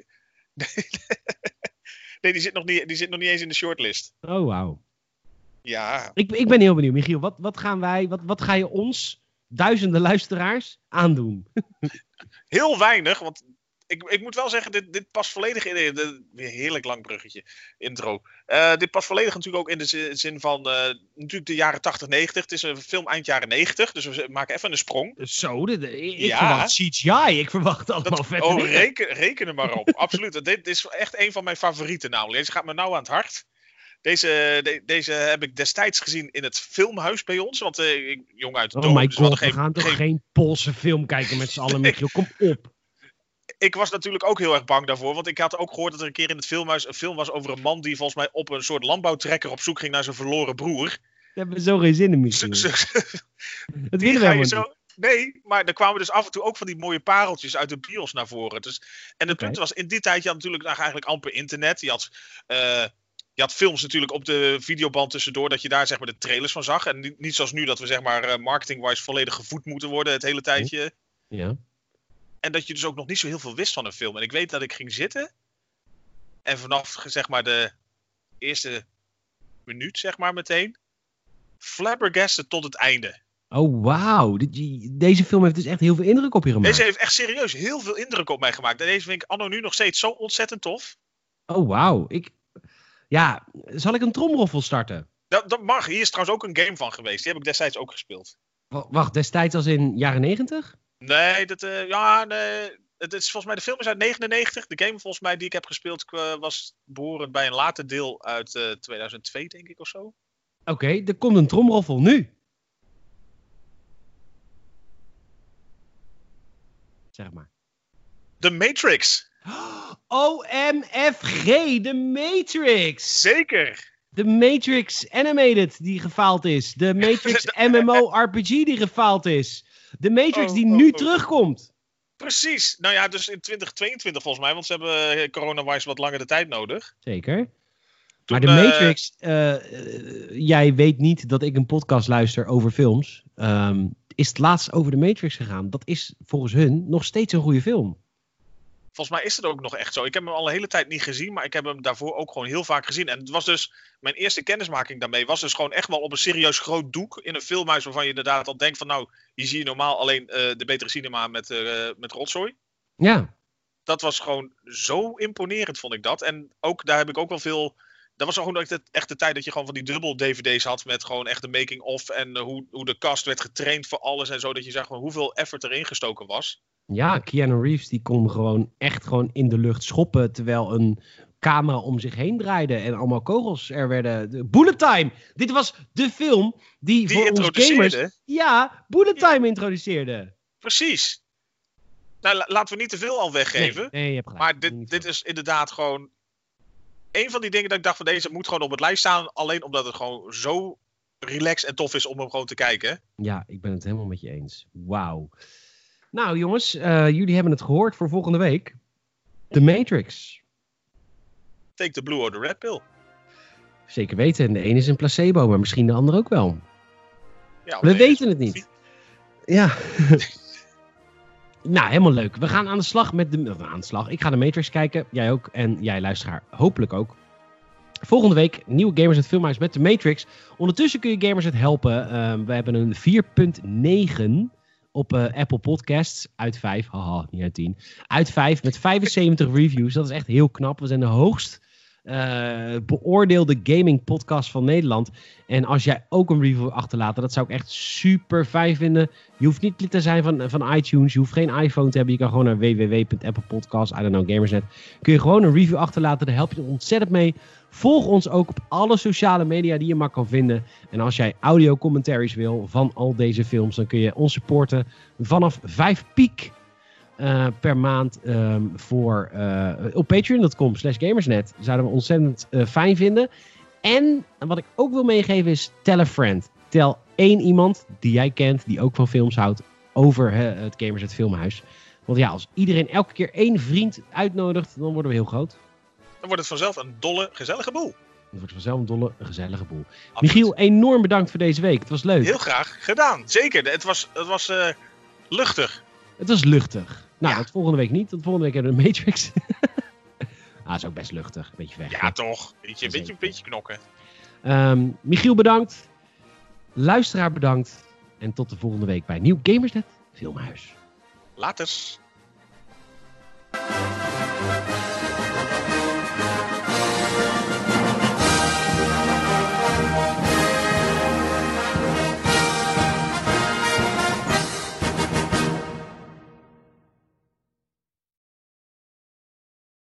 Speaker 2: Nee, die zit nog niet eens in de shortlist.
Speaker 1: Oh, wauw.
Speaker 2: Ja.
Speaker 1: Ik ben heel benieuwd, Michiel. Wat ga je ons, duizenden luisteraars, aandoen?
Speaker 2: Heel weinig, want ik moet wel zeggen, dit past volledig in weer heerlijk lang bruggetje, intro. Dit past volledig natuurlijk ook in de zin van natuurlijk de jaren 80, 90. Het is een film eind jaren 90, dus we maken even een sprong.
Speaker 1: Zo, ik verwacht CGI. Ik verwacht allemaal vet.
Speaker 2: Oh, reken er maar op. Absoluut. Dit is echt een van mijn favorieten namelijk. Deze gaat me nou aan het hart. Deze heb ik destijds gezien in het filmhuis bij ons. Want jong uit de dorp.
Speaker 1: Oh my
Speaker 2: dus
Speaker 1: god, we gaan toch geen Poolse film kijken met z'n allen, Michiel. Kom op.
Speaker 2: Ik was natuurlijk ook heel erg bang daarvoor. Want ik had ook gehoord dat er een keer in het filmhuis een film was over een man die volgens mij op een soort landbouwtrekker op zoek ging naar zijn verloren broer.
Speaker 1: Daar hebben we zo geen zin in, Michiel. Dat willen we helemaal niet.
Speaker 2: Nee, maar er kwamen dus af en toe ook van die mooie pareltjes uit de bios naar voren. Dus, en het punt was, in die tijd je had natuurlijk eigenlijk amper internet. Je had films natuurlijk op de videoband tussendoor, dat je daar zeg maar de trailers van zag. En niet zoals nu dat we zeg maar marketing-wise volledig gevoed moeten worden het hele tijdje.
Speaker 1: Ja.
Speaker 2: En dat je dus ook nog niet zo heel veel wist van een film. En ik weet dat ik ging zitten. En vanaf zeg maar de eerste minuut zeg maar meteen. Flabbergasted tot het einde.
Speaker 1: Oh wauw. Deze film heeft dus echt heel veel indruk op je gemaakt.
Speaker 2: Deze heeft echt serieus heel veel indruk op mij gemaakt. En deze vind ik anno nu nog steeds zo ontzettend tof.
Speaker 1: Oh wauw. Ja, zal ik een tromroffel starten?
Speaker 2: Dat mag. Hier is trouwens ook een game van geweest. Die heb ik destijds ook gespeeld.
Speaker 1: Wacht, destijds als in jaren 90?
Speaker 2: Nee, het is volgens mij, de film is uit 99. De game volgens mij die ik heb gespeeld was behorend bij een later deel uit 2002 denk ik of zo.
Speaker 1: Oké, er komt een tromroffel nu. Zeg maar.
Speaker 2: The Matrix.
Speaker 1: OMFG, The Matrix.
Speaker 2: Zeker.
Speaker 1: De Matrix Animated die gefaald is. De Matrix MMORPG die gefaald is. De Matrix die nu terugkomt.
Speaker 2: Precies. Nou ja, dus in 2022 volgens mij. Want ze hebben corona-wise wat langer de tijd nodig.
Speaker 1: Zeker. Maar de Matrix... jij weet niet dat ik een podcast luister over films. Is het laatst over de Matrix gegaan. Dat is volgens hun nog steeds een goede film.
Speaker 2: Volgens mij is het ook nog echt zo. Ik heb hem al een hele tijd niet gezien, maar ik heb hem daarvoor ook gewoon heel vaak gezien. En het was dus, mijn eerste kennismaking daarmee was dus gewoon echt wel op een serieus groot doek in een filmhuis waarvan je inderdaad al denkt van nou, hier zie je normaal alleen de betere cinema met rotzooi.
Speaker 1: Ja.
Speaker 2: Dat was gewoon zo imponerend, vond ik dat. En ook, daar heb ik ook wel veel... Dat was gewoon echt de tijd dat je gewoon van die dubbel DVD's had met gewoon echt de making of en hoe de cast werd getraind voor alles en zo. Dat je zag gewoon hoeveel effort erin gestoken was.
Speaker 1: Ja, Keanu Reeves die kon gewoon in de lucht schoppen terwijl een camera om zich heen draaide en allemaal kogels er werden. Bullet Time! Dit was de film die voor ons gamers... Ja, Bullet Time introduceerde.
Speaker 2: Precies. Nou, laten we niet te veel al weggeven.
Speaker 1: Nee, je hebt gelijk.
Speaker 2: Maar dit is inderdaad gewoon een van die dingen dat ik dacht van deze moet gewoon op het lijst staan. Alleen omdat het gewoon zo relaxed en tof is om hem gewoon te kijken.
Speaker 1: Ja, ik ben het helemaal met je eens. Wauw. Nou jongens, jullie hebben het gehoord voor volgende week. The Matrix.
Speaker 2: Take the blue or the red pill.
Speaker 1: Zeker weten. En de ene is een placebo, maar misschien de ander ook wel. Ja, we weten het niet. Ja. Nou, helemaal leuk. We gaan aan de slag met Ik ga de Matrix kijken. Jij ook. En jij luisteraar hopelijk ook. Volgende week nieuwe Gamers het Filmhuis met de Matrix. Ondertussen kun je Gamers het helpen. We hebben een 4.9 op Apple Podcasts. Uit 5. Haha, niet uit 10. Uit 5 met 75 reviews. Dat is echt heel knap. We zijn de hoogst beoordeelde gaming podcast van Nederland. En als jij ook een review achterlaat, dat zou ik echt super fijn vinden. Je hoeft niet lid te zijn van iTunes. Je hoeft geen iPhone te hebben. Je kan gewoon naar www.applepodcast, Gamersnet. Kun je gewoon een review achterlaten. Daar help je ontzettend mee. Volg ons ook op alle sociale media die je maar kan vinden. En als jij audio commentaries wil van al deze films, dan kun je ons supporten vanaf 5 piek per maand op patreon.com/gamersnet. Zouden we ontzettend fijn vinden. En wat ik ook wil meegeven is tell a friend. Tel 1 iemand die jij kent, die ook van films houdt, over het Gamers het Filmhuis. Want ja, als iedereen elke keer 1 vriend uitnodigt, dan worden we heel groot.
Speaker 2: dan wordt het vanzelf een dolle, gezellige boel.
Speaker 1: Het wordt vanzelf een dolle, gezellige boel.
Speaker 2: Absoluut.
Speaker 1: Michiel, enorm bedankt voor deze week. Het was leuk.
Speaker 2: Heel graag gedaan. Zeker. Het was luchtig.
Speaker 1: Het was luchtig. Nou,
Speaker 2: Ja.
Speaker 1: dat volgende week niet. Want volgende week hebben we de Matrix. Dat is ook best luchtig. Beetje weg.
Speaker 2: Ja, toch. Beetje knokken.
Speaker 1: Michiel, bedankt. Luisteraar, bedankt. En tot de volgende week bij Nieuw Gamersnet Filmhuis.
Speaker 2: Laters.